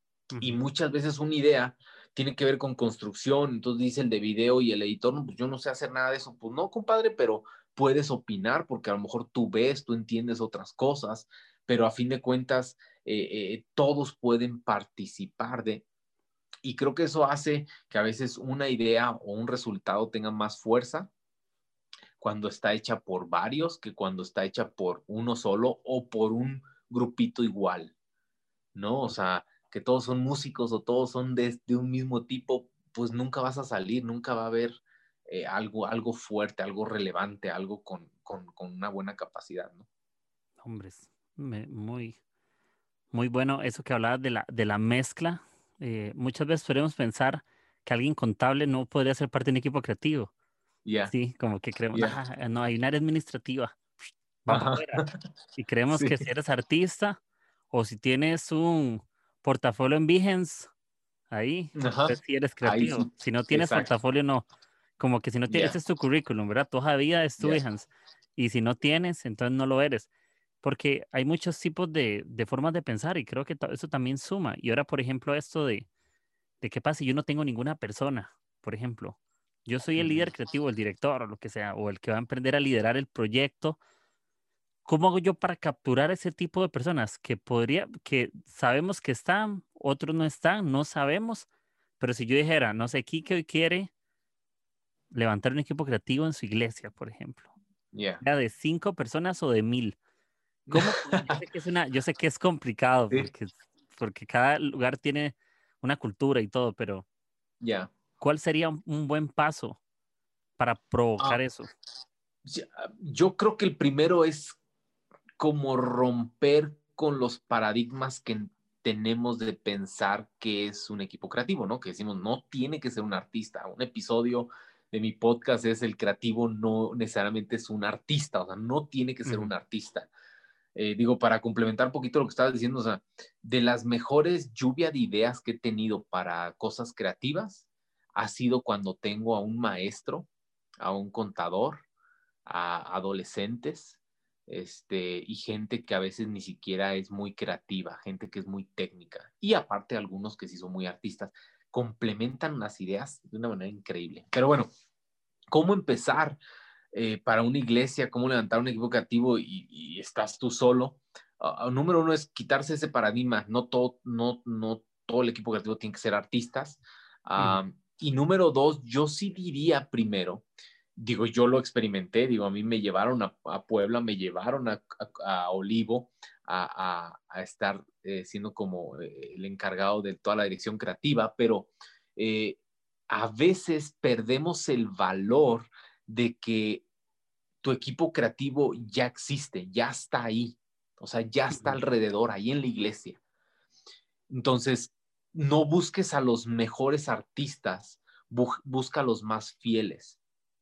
Y Ujú. muchas veces una idea tiene que ver con construcción. Entonces dice el de video y el editor, no, pues yo no sé hacer nada de eso. Pues no, compadre, pero puedes opinar porque a lo mejor tú ves, tú entiendes otras cosas, pero a fin de cuentas eh, eh, todos pueden participar de. Y creo que eso hace que a veces una idea o un resultado tenga más fuerza cuando está hecha por varios que cuando está hecha por uno solo o por un grupito igual, ¿no? O sea, que todos son músicos o todos son de, de un mismo tipo, pues nunca vas a salir, nunca va a haber eh, algo, algo fuerte, algo relevante, algo con, con, con una buena capacidad, ¿no? Hombres, me- muy, muy bueno eso que hablabas de la, de la mezcla. Eh, muchas veces podemos pensar que alguien contable no podría ser parte de un equipo creativo. Ya, yeah, Sí, como que creemos, ya. Yeah. "Ah, no, hay un área administrativa, va para Ajá. afuera". Y creemos Sí. que si eres artista o si tienes un portafolio en Behance, ahí, Ajá. entonces sí eres Ahí creativo. sí. Si no tienes Exacto. portafolio, no. Como que si no Ya, tienes, ese es tu currículum, ¿verdad? Tu hoja de vida es tu ya. Behance. Y si no tienes, entonces no lo eres. Porque hay muchos tipos de, de formas de pensar y creo que ta- eso también suma. Y ahora, por ejemplo, esto de, de qué pasa si yo no tengo ninguna persona, por ejemplo. Yo soy el Ujú. líder creativo, el director o lo que sea, o el que va a emprender a liderar el proyecto. ¿Cómo hago yo para capturar ese tipo de personas que podría, que sabemos que están, otros no están, no sabemos? Pero si yo dijera, no sé, Kike hoy quiere levantar un equipo creativo en su iglesia, por ejemplo, Ya. ya de cinco personas o de mil. ¿Cómo? pu- Yo sé que es una, yo sé que es complicado Sí, porque, porque cada lugar tiene una cultura y todo, pero ya. ¿cuál sería un, un buen paso para Ah, provocar eso? ya, yo creo que el primero es como romper con los paradigmas que tenemos de pensar que es un equipo creativo, ¿no? Que decimos, no tiene que ser un artista. Un episodio de mi podcast es el creativo no necesariamente es un artista, o sea, no tiene que ser Ujú. un artista. Eh, digo, para complementar un poquito lo que estabas diciendo, o sea, de las mejores lluvia de ideas que he tenido para cosas creativas ha sido cuando tengo a un maestro, a un contador, a adolescentes, este, y gente que a veces ni siquiera es muy creativa, gente que es muy técnica, y aparte algunos que sí son muy artistas, complementan las ideas de una manera increíble. Pero bueno, ¿cómo empezar eh, para una iglesia? ¿Cómo levantar un equipo creativo y, y estás tú solo? Uh, número uno es quitarse ese paradigma, no todo, no, no todo el equipo creativo tiene que ser artistas. Ujú. Uh, y número dos, yo sí diría primero, digo, yo lo experimenté, digo, a mí me llevaron a, a Puebla, me llevaron a, a, a Olivo a, a, a estar eh, siendo como eh, el encargado de toda la dirección creativa, pero eh, a veces perdemos el valor de que tu equipo creativo ya existe, ya está ahí, o sea, ya está Ujú. alrededor, ahí en la iglesia. Entonces, no busques a los mejores artistas, bu busca a los más fieles.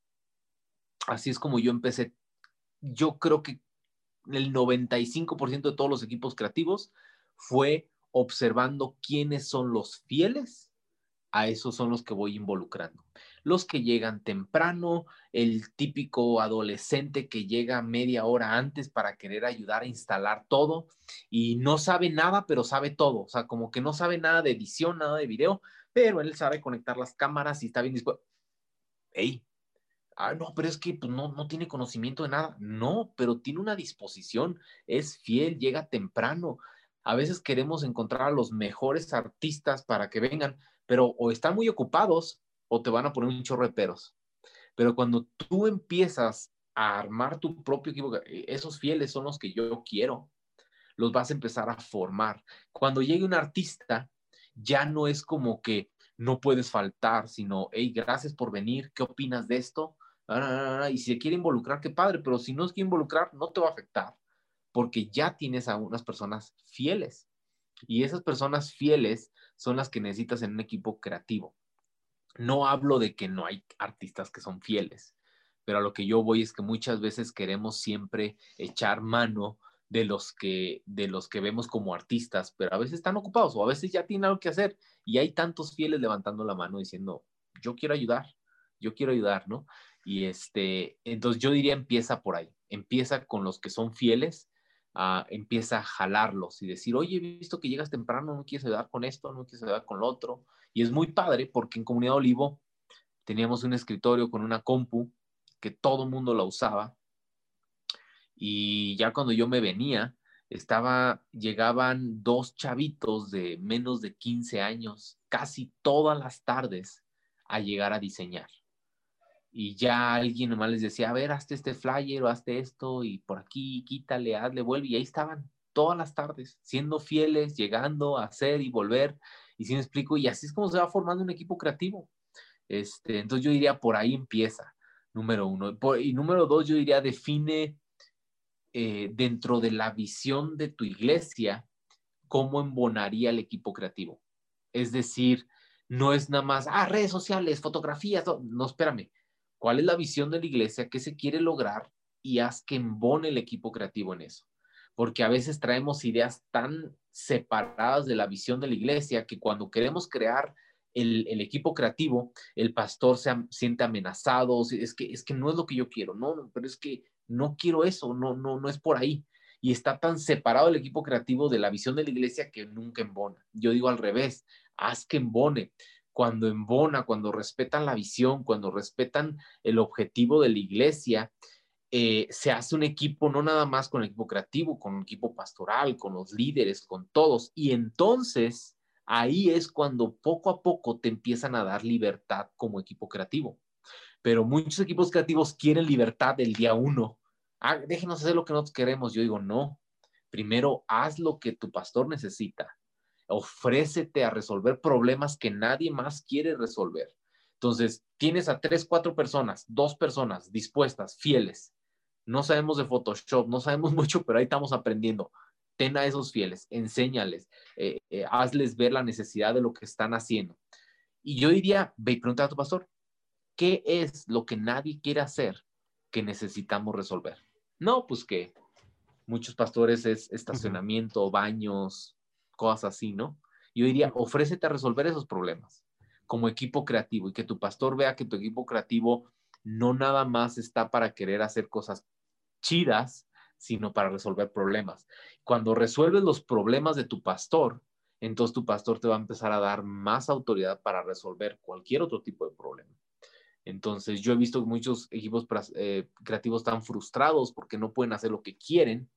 Así es como yo empecé. Yo creo que el noventa y cinco por ciento de todos los equipos creativos fue observando quiénes son los fieles, a esos son los que voy involucrando. Los que llegan temprano, el típico adolescente que llega media hora antes para querer ayudar a instalar todo y no sabe nada, pero sabe todo. O sea, como que no sabe nada de edición, nada de video, pero él sabe conectar las cámaras y está bien dispuesto. ¡Ey! Ah, no, pero es que pues, no, no tiene conocimiento de nada. No, pero tiene una disposición, es fiel, llega temprano. A veces queremos encontrar a los mejores artistas para que vengan, pero o están muy ocupados o te van a poner un chorro de peros. Pero cuando tú empiezas a armar tu propio equipo, esos fieles son los que yo quiero, los vas a empezar a formar. Cuando llegue un artista, ya no es como que no puedes faltar, sino, hey, gracias por venir, ¿qué opinas de esto? Y si se quiere involucrar, qué padre, pero si no se quiere involucrar, no te va a afectar, porque ya tienes a unas personas fieles. Y esas personas fieles son las que necesitas en un equipo creativo. No hablo de que no hay artistas que son fieles, pero a lo que yo voy es que muchas veces queremos siempre echar mano de los que, de los que vemos como artistas, pero a veces están ocupados o a veces ya tienen algo que hacer y hay tantos fieles levantando la mano diciendo, yo quiero ayudar, yo quiero ayudar, ¿no? Y este, entonces yo diría empieza por ahí, empieza con los que son fieles, uh, empieza a jalarlos y decir, oye, he visto que llegas temprano, no quieres ayudar con esto, no quieres ayudar con lo otro. Y es muy padre porque en Comunidad Olivo teníamos un escritorio con una compu que todo el mundo la usaba. Y ya cuando yo me venía, estaba, llegaban dos chavitos de menos de quince años, casi todas las tardes, a llegar a diseñar. Y ya alguien nomás les decía, a ver, hazte este flyer o hazte esto, y por aquí, quítale, hazle, vuelve. Y ahí estaban todas las tardes, siendo fieles, llegando a hacer y volver. Y si me explico, y así es como se va formando un equipo creativo. Este, entonces yo diría, por ahí empieza, número uno. Por, y número dos, yo diría, define eh, dentro de la visión de tu iglesia, cómo embonaría el equipo creativo. Es decir, no es nada más, ah, redes sociales, fotografías, no, no, espérame. ¿Cuál es la visión de la iglesia? ¿Qué se quiere lograr? Y haz que embone el equipo creativo en eso. Porque a veces traemos ideas tan separadas de la visión de la iglesia que cuando queremos crear el, el equipo creativo, el pastor se siente amenazado, es que, es que no es lo que yo quiero, no, no, pero es que no quiero eso, no, no, no es por ahí. Y está tan separado el equipo creativo de la visión de la iglesia que nunca embona. Yo digo al revés, haz que embone. Cuando embona, cuando respetan la visión, cuando respetan el objetivo de la iglesia, eh, se hace un equipo, no nada más con el equipo creativo, con el equipo pastoral, con los líderes, con todos. Y entonces, ahí es cuando poco a poco te empiezan a dar libertad como equipo creativo. Pero muchos equipos creativos quieren libertad del día uno. Ah, déjenos hacer lo que nosotros queremos. Yo digo, no. Primero, haz lo que tu pastor necesita. Ofrécete a resolver problemas que nadie más quiere resolver. Entonces, tienes a tres, cuatro personas, dos personas dispuestas, fieles. No sabemos de Photoshop, no sabemos mucho, pero ahí estamos aprendiendo. Ten a esos fieles, enséñales, eh, eh, hazles ver la necesidad de lo que están haciendo. Y yo diría, ve y pregunta a tu pastor, ¿qué es lo que nadie quiere hacer que necesitamos resolver? No, pues que muchos pastores es estacionamiento, uh-huh. baños, cosas así, ¿no? Yo diría, ofrécete a resolver esos problemas como equipo creativo y que tu pastor vea que tu equipo creativo no nada más está para querer hacer cosas chidas, sino para resolver problemas. Cuando resuelves los problemas de tu pastor, entonces tu pastor te va a empezar a dar más autoridad para resolver cualquier otro tipo de problema. Entonces, yo he visto que muchos equipos eh, creativos están frustrados porque no pueden hacer lo que quieren.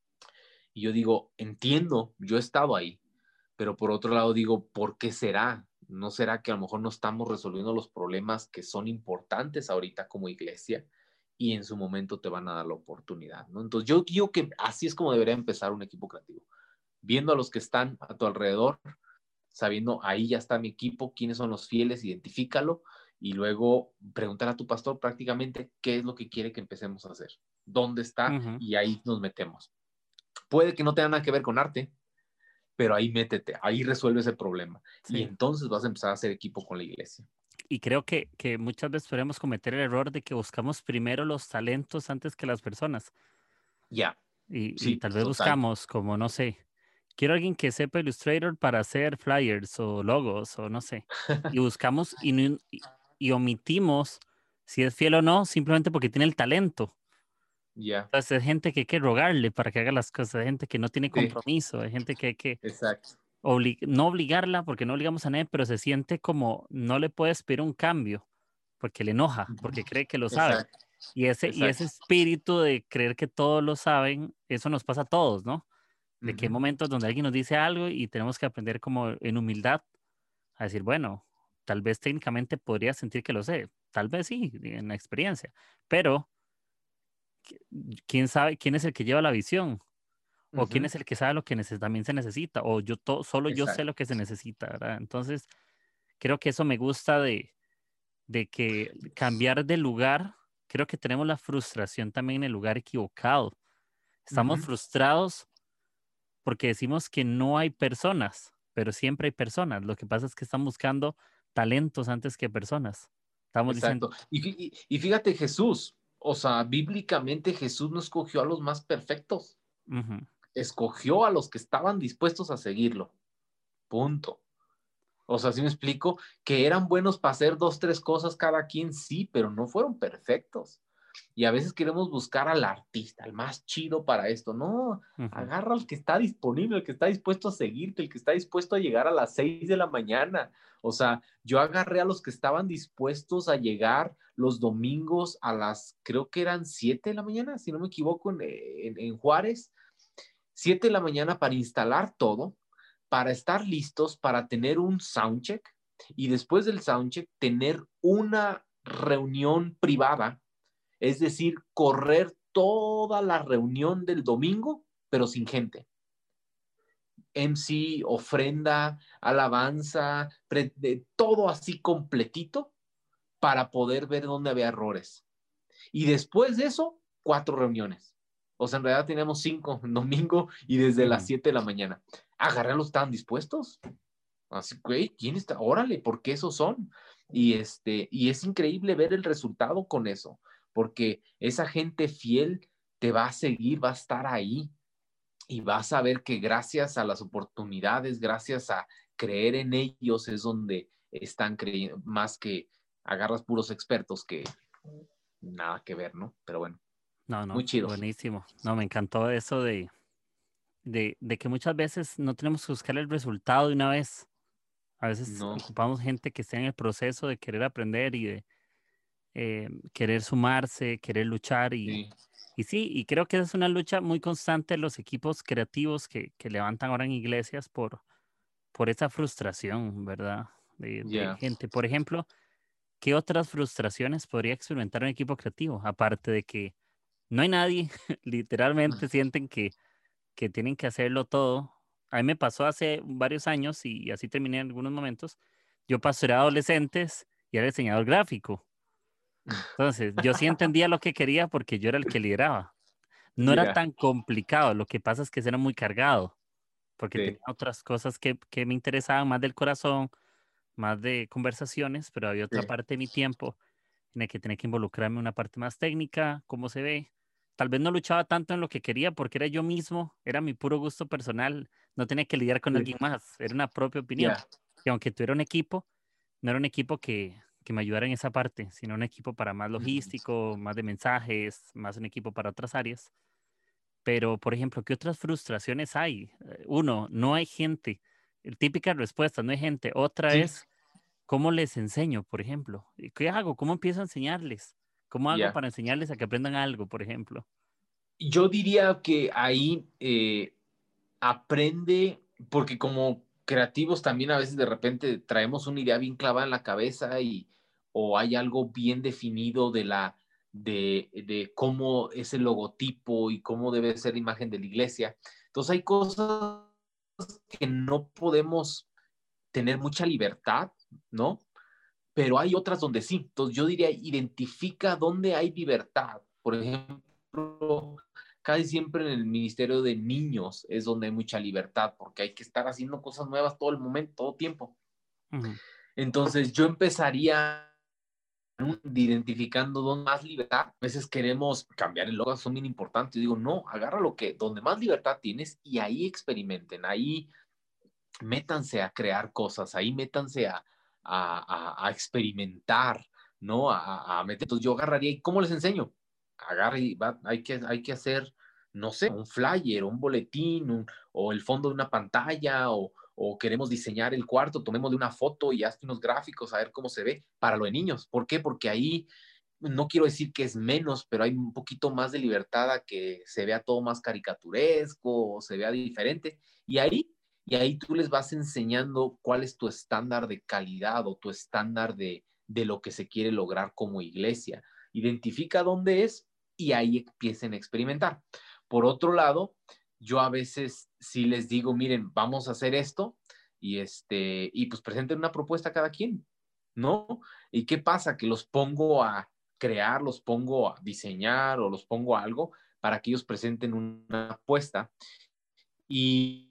Y yo digo, entiendo, yo he estado ahí, pero por otro lado digo, ¿por qué será? ¿No será que a lo mejor no estamos resolviendo los problemas que son importantes ahorita como iglesia y en su momento te van a dar la oportunidad, ¿no? Entonces, yo digo que así es como debería empezar un equipo creativo. Viendo a los que están a tu alrededor, sabiendo, ahí ya está mi equipo, quiénes son los fieles, identifícalo, y luego preguntar a tu pastor prácticamente qué es lo que quiere que empecemos a hacer, dónde está, uh-huh. y ahí nos metemos. Puede que no tenga nada que ver con arte, pero ahí métete, ahí resuelve ese problema. Sí. Y entonces vas a empezar a hacer equipo con la iglesia. Y creo que, que muchas veces podemos cometer el error de que buscamos primero los talentos antes que las personas. Ya. Yeah. Y, sí, y tal vez total. buscamos como, no sé, quiero alguien que sepa Illustrator para hacer flyers o logos o no sé. Y buscamos y, no, y, y omitimos si es fiel o no simplemente porque tiene el talento. Ya. Yeah. Entonces hay gente que hay que rogarle para que haga las cosas, hay gente que no tiene compromiso, sí. Hay gente que hay que Exacto. obli- no obligarla porque no obligamos a nadie, pero se siente como no le puedes pedir un cambio porque le enoja, porque cree que lo sabe. Exacto. Y ese, y ese espíritu de creer que todos lo saben, eso nos pasa a todos, ¿no? De que hay momentos donde alguien nos dice algo y tenemos que aprender como en humildad a decir, bueno, tal vez técnicamente podría sentir que lo sé, tal vez sí, en la experiencia, pero ¿quién sabe quién es el que lleva la visión? O uh-huh. quién es el que sabe lo que neces- también se necesita, o yo to- solo Exacto. yo sé lo que se necesita, ¿verdad? Entonces, creo que eso me gusta de, de que cambiar de lugar, creo que tenemos la frustración también en el lugar equivocado. Estamos uh-huh. frustrados porque decimos que no hay personas, pero siempre hay personas. Lo que pasa es que están buscando talentos antes que personas. Estamos Exacto. diciendo... Y, y, y fíjate, Jesús, o sea, bíblicamente Jesús no escogió a los más perfectos. Uh-huh. Escogió a los que estaban dispuestos a seguirlo. Punto. O sea, ¿sí me explico? Que eran buenos para hacer dos, tres cosas cada quien, sí, pero no fueron perfectos. Y a veces queremos buscar al artista, el más chido para esto. No, Uh-huh. agarra al que está disponible, el que está dispuesto a seguirte, el que está dispuesto a llegar a las seis de la mañana. O sea, yo agarré a los que estaban dispuestos a llegar los domingos a las, creo que eran siete de la mañana, si no me equivoco, en, en, en Juárez. siete de la mañana para instalar todo, para estar listos, para tener un soundcheck y después del soundcheck tener una reunión privada, es decir, correr toda la reunión del domingo, pero sin gente. M C, ofrenda, alabanza, pre- de, todo así completito para poder ver dónde había errores. Y después de eso, cuatro reuniones. O sea, en realidad teníamos cinco en domingo y desde Uh-huh. las siete de la mañana. Agarrarlos, ¿estaban dispuestos? Así, güey, ¿quién está? Órale, porque esos son. Y, este, y es increíble ver el resultado con eso, porque esa gente fiel te va a seguir, va a estar ahí y vas a ver que gracias a las oportunidades, gracias a creer en ellos es donde están creyendo, más que agarras puros expertos que nada que ver, ¿no? Pero bueno, No, muy no, chido. buenísimo. No, me encantó eso de, de, de que muchas veces no tenemos que buscar el resultado de una vez. A veces No, ocupamos gente que esté en el proceso de querer aprender y de eh, querer sumarse, querer luchar y, sí, y sí, y creo que esa es una lucha muy constante de los equipos creativos que, que levantan ahora en iglesias por, por esa frustración, ¿verdad? De, de ya. gente. Por ejemplo, ¿qué otras frustraciones podría experimentar un equipo creativo? Aparte de que no hay nadie, literalmente sienten que, que tienen que hacerlo todo. A mí me pasó hace varios años y así terminé en algunos momentos. Yo pastoreaba adolescentes y era diseñador gráfico. Entonces, yo sí entendía lo que quería porque yo era el que lideraba. No era Ya, tan complicado, lo que pasa es que era muy cargado, porque sí, tenía otras cosas que, que me interesaban más del corazón, más de conversaciones, pero había otra sí. parte de mi tiempo en el que tenía que involucrarme en una parte más técnica, cómo se ve. Tal vez no luchaba tanto en lo que quería porque era yo mismo, era mi puro gusto personal, no tenía que lidiar con Sí. alguien más, era una propia opinión. Ya, Y aunque tuviera un equipo, no era un equipo que, que me ayudara en esa parte, sino un equipo para más ujú. logístico, más de mensajes, más un equipo para otras áreas. Pero, por ejemplo, ¿qué otras frustraciones hay? Eh, Uno, no hay gente. El típica respuesta, no hay gente. Otra Sí, es, ¿cómo les enseño, por ejemplo? ¿Y ¿Qué hago? ¿Cómo empiezo a enseñarles? ¿Cómo hago ya. para enseñarles a que aprendan algo, por ejemplo? Yo diría que ahí eh, aprende, porque como creativos también a veces de repente traemos una idea bien clavada en la cabeza y o hay algo bien definido de la de, de cómo es el logotipo y cómo debe ser la imagen de la iglesia. Entonces hay cosas que no podemos tener mucha libertad, ¿no? Pero hay otras donde sí. Entonces yo diría, identifica dónde hay libertad. Por ejemplo, casi siempre en el Ministerio de Niños es donde hay mucha libertad, porque hay que estar haciendo cosas nuevas todo el momento, todo el tiempo. Ujú. Entonces yo empezaría identificando dónde más libertad. A veces queremos cambiar el logo, son bien importantes. Yo digo, no, agarra lo que, donde más libertad tienes y ahí experimenten, ahí métanse a crear cosas, ahí métanse a, a, a, a experimentar, ¿no? A, a meter. Entonces yo agarraría y ¿cómo les enseño? Agarra y va, hay, que, hay que hacer, no sé, un flyer, un boletín, un, o el fondo de una pantalla, o, o queremos diseñar el cuarto, tomémosle una foto y hazte unos gráficos a ver cómo se ve para lo de niños. ¿Por qué? Porque ahí no quiero decir que es menos, pero hay un poquito más de libertad a que se vea todo más caricaturesco o se vea diferente. Y ahí, y ahí tú les vas enseñando cuál es tu estándar de calidad o tu estándar de, de lo que se quiere lograr como iglesia. Identifica dónde es y ahí empiecen a experimentar. Por otro lado, yo a veces sí les digo, miren, vamos a hacer esto y, este, y pues presenten una propuesta a cada quien, ¿no? ¿Y qué pasa? Que los pongo a crear, los pongo a diseñar o los pongo a algo para que ellos presenten una apuesta y,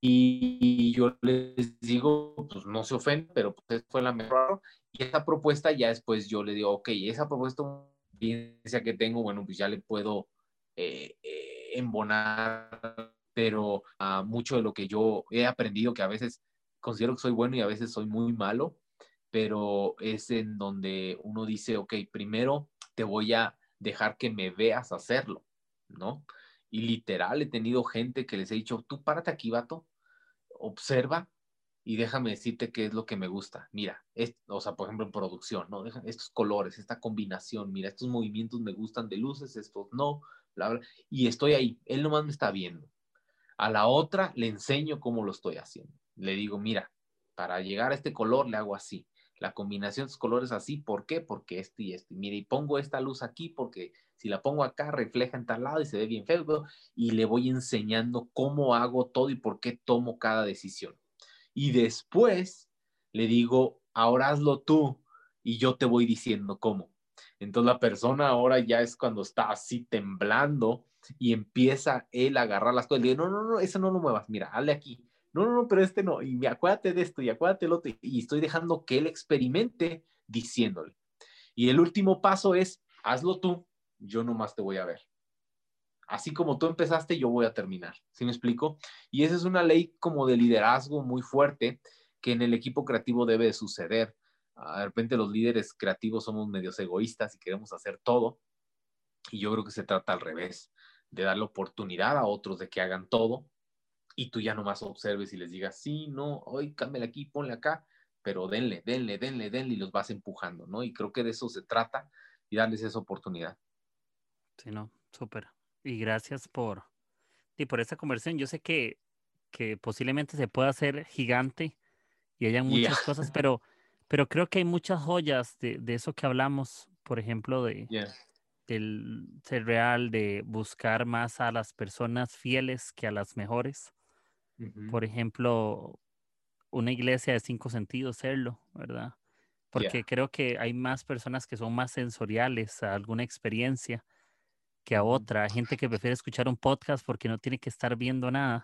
y yo les digo, pues no se ofenden, pero pues fue la mejor. Y esa propuesta ya después yo le digo, ok, esa propuesta que tengo, bueno, pues ya le puedo eh, eh, embonar, pero uh, mucho de lo que yo he aprendido, que a veces considero que soy bueno y a veces soy muy malo, pero es en donde uno dice, ok, primero te voy a dejar que me veas hacerlo, ¿no? Y literal he tenido gente que les he dicho, tú párate aquí, vato, observa y déjame decirte qué es lo que me gusta. Mira, es, o sea, por ejemplo en producción, ¿no? Deja, estos colores, esta combinación, mira, estos movimientos me gustan de luces, estos no, bla, bla. Y estoy ahí, él nomás me está viendo. A la otra le enseño cómo lo estoy haciendo. Le digo, mira, para llegar a este color le hago así. La combinación de estos colores así, ¿por qué? Porque este y este. Mira, y pongo esta luz aquí porque si la pongo acá refleja en tal lado y se ve bien feo. Y le voy enseñando cómo hago todo y por qué tomo cada decisión. Y después le digo, ahora hazlo tú y yo te voy diciendo cómo. Entonces la persona ahora ya es cuando está así temblando y empieza él a agarrar las cosas. Le digo, no, no, no, eso no lo muevas, mira, hazle aquí. No, no, no, pero este no. Y acuérdate de esto y acuérdate del otro. Y estoy dejando que él experimente diciéndole. Y el último paso es, hazlo tú, yo nomás te voy a ver. Así como tú empezaste, yo voy a terminar. ¿Sí me explico? Y esa es una ley como de liderazgo muy fuerte que en el equipo creativo debe de suceder. De repente los líderes creativos somos medios egoístas y queremos hacer todo. Y yo creo que se trata al revés, de darle oportunidad a otros de que hagan todo y tú ya nomás observes y les digas, sí, no, hoy cámbiale aquí, ponle acá, pero denle, denle, denle, denle y los vas empujando, ¿no? Y creo que de eso se trata y darles esa oportunidad. Sí, no, súper. Y gracias por, y por esta conversación. Yo sé que, que posiblemente se pueda hacer gigante y hayan Yeah. muchas cosas, pero, pero creo que hay muchas joyas de, de eso que hablamos, por ejemplo, de Yeah. del ser real, de buscar más a las personas fieles que a las mejores. Uh-huh. Por ejemplo, una iglesia de cinco sentidos, serlo, ¿verdad? Porque Yeah. creo que hay más personas que son más sensoriales a alguna experiencia que a Uh-huh. otra. Hay gente que prefiere escuchar un podcast porque no tiene que estar viendo nada.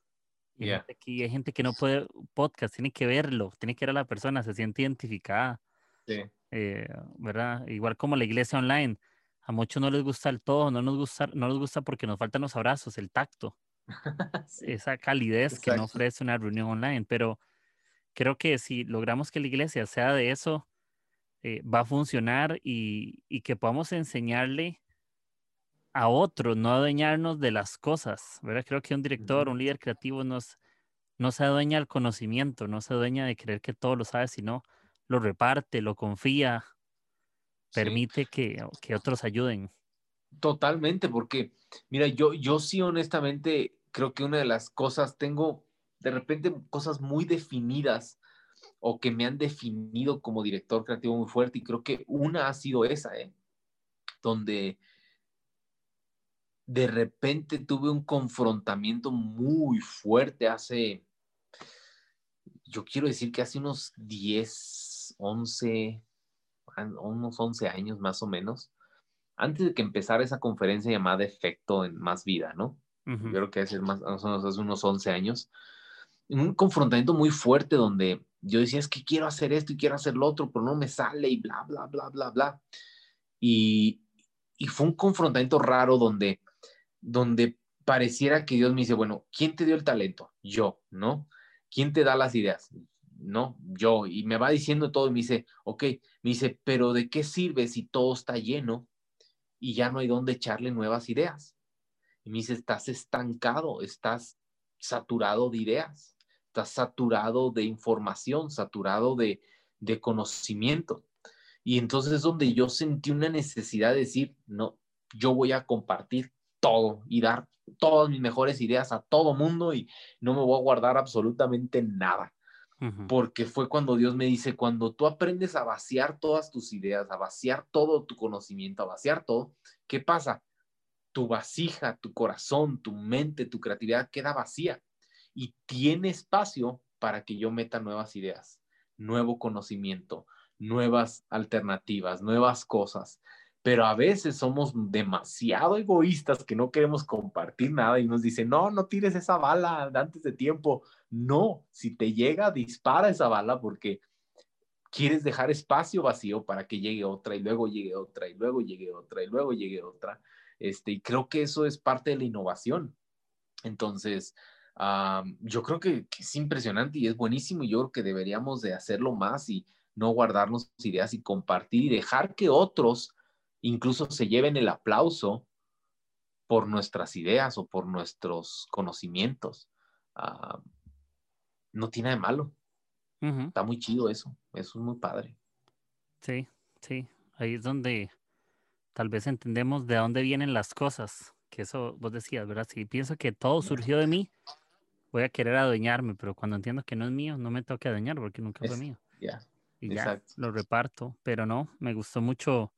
Y hay, Yeah. gente que, hay gente que no puede podcast, tiene que verlo, tiene que ver a la persona, se siente identificada, Sí. eh, ¿verdad? Igual como la iglesia online. A muchos no les gusta el todo, no nos gusta, no nos gusta porque nos faltan los abrazos, el tacto, Sí. esa calidez que no Exacto. ofrece una reunión online. Pero creo que si logramos que la iglesia sea de eso, eh, va a funcionar y, y que podamos enseñarle a otros, no adueñarnos de las cosas, ¿verdad? Creo que un director, Uh-huh. un líder creativo nos, no se adueña del conocimiento, no se adueña de creer que todo lo sabe, sino lo reparte, lo confía, Sí. permite que, que otros ayuden. Totalmente, porque mira, yo, yo sí honestamente creo que una de las cosas, tengo de repente cosas muy definidas o que me han definido como director creativo muy fuerte y creo que una ha sido esa, ¿eh? Donde de repente tuve un confrontamiento muy fuerte hace, yo quiero decir que hace unos diez once unos once años más o menos, antes de que empezara esa conferencia llamada Efecto en Más Vida, ¿no? Yo Ujú. creo que hace, más, hace unos once años, un confrontamiento muy fuerte donde yo decía, es que quiero hacer esto y quiero hacer lo otro, pero no me sale y bla, bla, bla, bla, bla. Y, y fue un confrontamiento raro donde, donde pareciera que Dios me dice, bueno, ¿quién te dio el talento? Yo, ¿no? ¿Quién te da las ideas? No, yo. Y me va diciendo todo y me dice, ok, me dice, pero ¿de qué sirve si todo está lleno y ya no hay dónde echarle nuevas ideas? Y me dice, estás estancado, estás saturado de ideas, estás saturado de información, saturado de, de conocimiento. Y entonces es donde yo sentí una necesidad de decir, no, yo voy a compartir todo y dar todas mis mejores ideas a todo mundo y no me voy a guardar absolutamente nada. Ujú. Porque fue cuando Dios me dice, cuando tú aprendes a vaciar todas tus ideas, a vaciar todo tu conocimiento, a vaciar todo, ¿qué pasa? Tu vasija, tu corazón, tu mente, tu creatividad queda vacía y tiene espacio para que yo meta nuevas ideas, nuevo conocimiento, nuevas alternativas, nuevas cosas. Pero a veces somos demasiado egoístas que no queremos compartir nada y nos dicen, no, no tires esa bala antes de tiempo. No, si te llega, dispara esa bala porque quieres dejar espacio vacío para que llegue otra y luego llegue otra y luego llegue otra y luego llegue otra. Este, y creo que eso es parte de la innovación. Entonces, um, yo creo que, que es impresionante y es buenísimo, y yo creo que deberíamos de hacerlo más y no guardarnos ideas y compartir y dejar que otros incluso se lleven el aplauso por nuestras ideas o por nuestros conocimientos. Uh, no tiene de malo. Uh-huh. Está muy chido eso. Eso es muy padre. Sí, sí. Ahí es donde tal vez entendemos de dónde vienen las cosas. Que eso vos decías, ¿verdad? Si pienso que todo surgió de mí, voy a querer adueñarme, pero cuando entiendo que no es mío, no me tengo que adueñar porque nunca es, fue mío. Yeah, y exacto. Ya lo reparto. Pero no, me gustó mucho.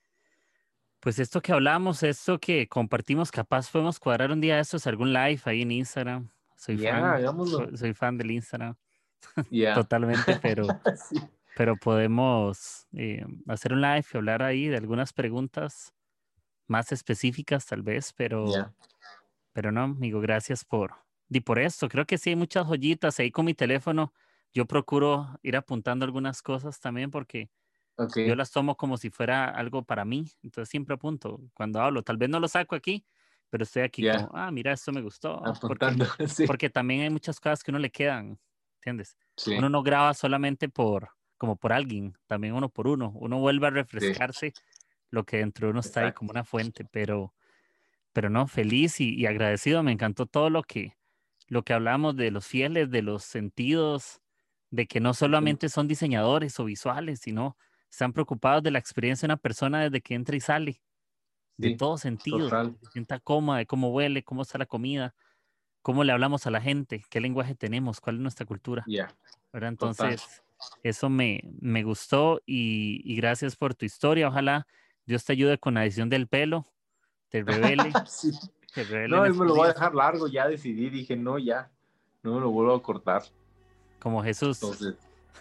Pues esto que hablamos, esto que compartimos, capaz podemos cuadrar un día de estos, algún live ahí en Instagram. Soy yeah, fan, hagámoslo. soy fan del Instagram. Yeah. Totalmente, pero, sí. pero podemos eh, hacer un live y hablar ahí de algunas preguntas más específicas tal vez, pero, yeah. pero no, amigo, gracias por, y por esto. Creo que sí hay muchas joyitas ahí con mi teléfono. Yo procuro ir apuntando algunas cosas también porque okay. yo las tomo como si fuera algo para mí. Entonces siempre apunto cuando hablo. Tal vez no lo saco aquí, pero estoy aquí yeah. como, ah, mira, esto me gustó. Apuntando, porque, sí. porque también hay muchas cosas que uno le quedan, ¿entiendes? Sí. Uno no graba solamente por, como por alguien, también uno por uno. Uno vuelve a refrescarse sí. lo que dentro de uno está Exacto. ahí como una fuente, pero, pero no, feliz y, y agradecido. Me encantó todo lo que, lo que hablamos de los fieles, de los sentidos, de que no solamente son diseñadores o visuales, sino están preocupados de la experiencia de una persona desde que entra y sale, de sí, todo sentido, que se sienta cómoda, de cómo huele, cómo está la comida, cómo le hablamos a la gente, qué lenguaje tenemos, cuál es nuestra cultura. Yeah. ¿verdad? Entonces, Total. eso me, me gustó y, y gracias por tu historia. Ojalá Dios te ayude con la edición del pelo, te revele. sí. te revele no, me lo voy a dejar largo, ya decidí, dije, no, ya, no me lo vuelvo a cortar. Como Jesús. Entonces,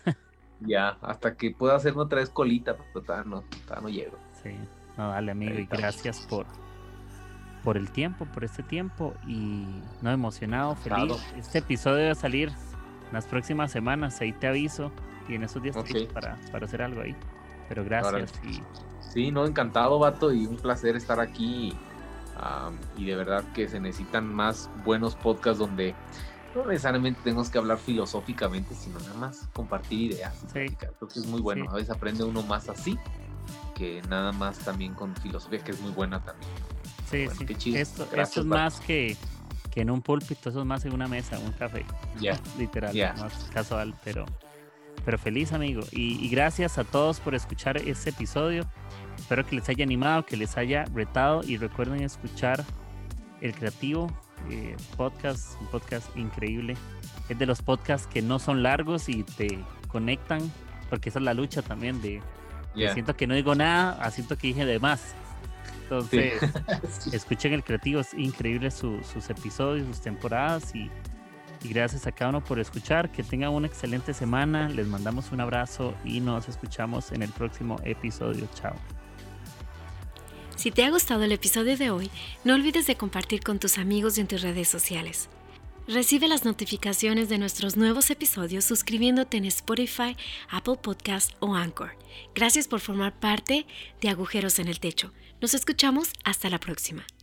ya, hasta que pueda hacerme otra vez colita, pero todavía no, todavía no llego. Sí, no, dale amigo, y gracias por, por el tiempo, por este tiempo, y no, emocionado, feliz. Claro. Este episodio va a salir en las próximas semanas, ahí te aviso, y en esos días okay. para, para hacer algo ahí, pero gracias. Y... Sí, no, encantado, vato, y un placer estar aquí, um, y de verdad que se necesitan más buenos podcasts donde no necesariamente tenemos que hablar filosóficamente, sino nada más compartir ideas. Sí. Creo que es muy bueno. Sí. A veces aprende uno más así que nada más también con filosofía, que es muy buena también. Sí, bueno, sí. Qué chido. Esto, Gracias, esto es Bar. más que, que en un púlpito, eso es más en una mesa, un café. Ya. Yeah. Literal, yeah. más casual, pero, pero feliz, amigo. Y, y gracias a todos por escuchar este episodio. Espero que les haya animado, que les haya retado, y recuerden escuchar El Creativo. Eh, podcast, un podcast increíble. Es de los podcasts que no son largos y te conectan, porque esa es la lucha también de, yeah. de siento que no digo nada, siento que dije de más. Entonces, sí. escuchen El Creativo, es increíble su, sus episodios, sus temporadas, y, y gracias a cada uno por escuchar. Que tengan una excelente semana, les mandamos un abrazo y nos escuchamos en el próximo episodio. Chao. Si te ha gustado el episodio de hoy, no olvides de compartir con tus amigos y en tus redes sociales. Recibe las notificaciones de nuestros nuevos episodios suscribiéndote en Spotify, Apple Podcast o Anchor. Gracias por formar parte de Agujeros en el Techo. Nos escuchamos hasta la próxima.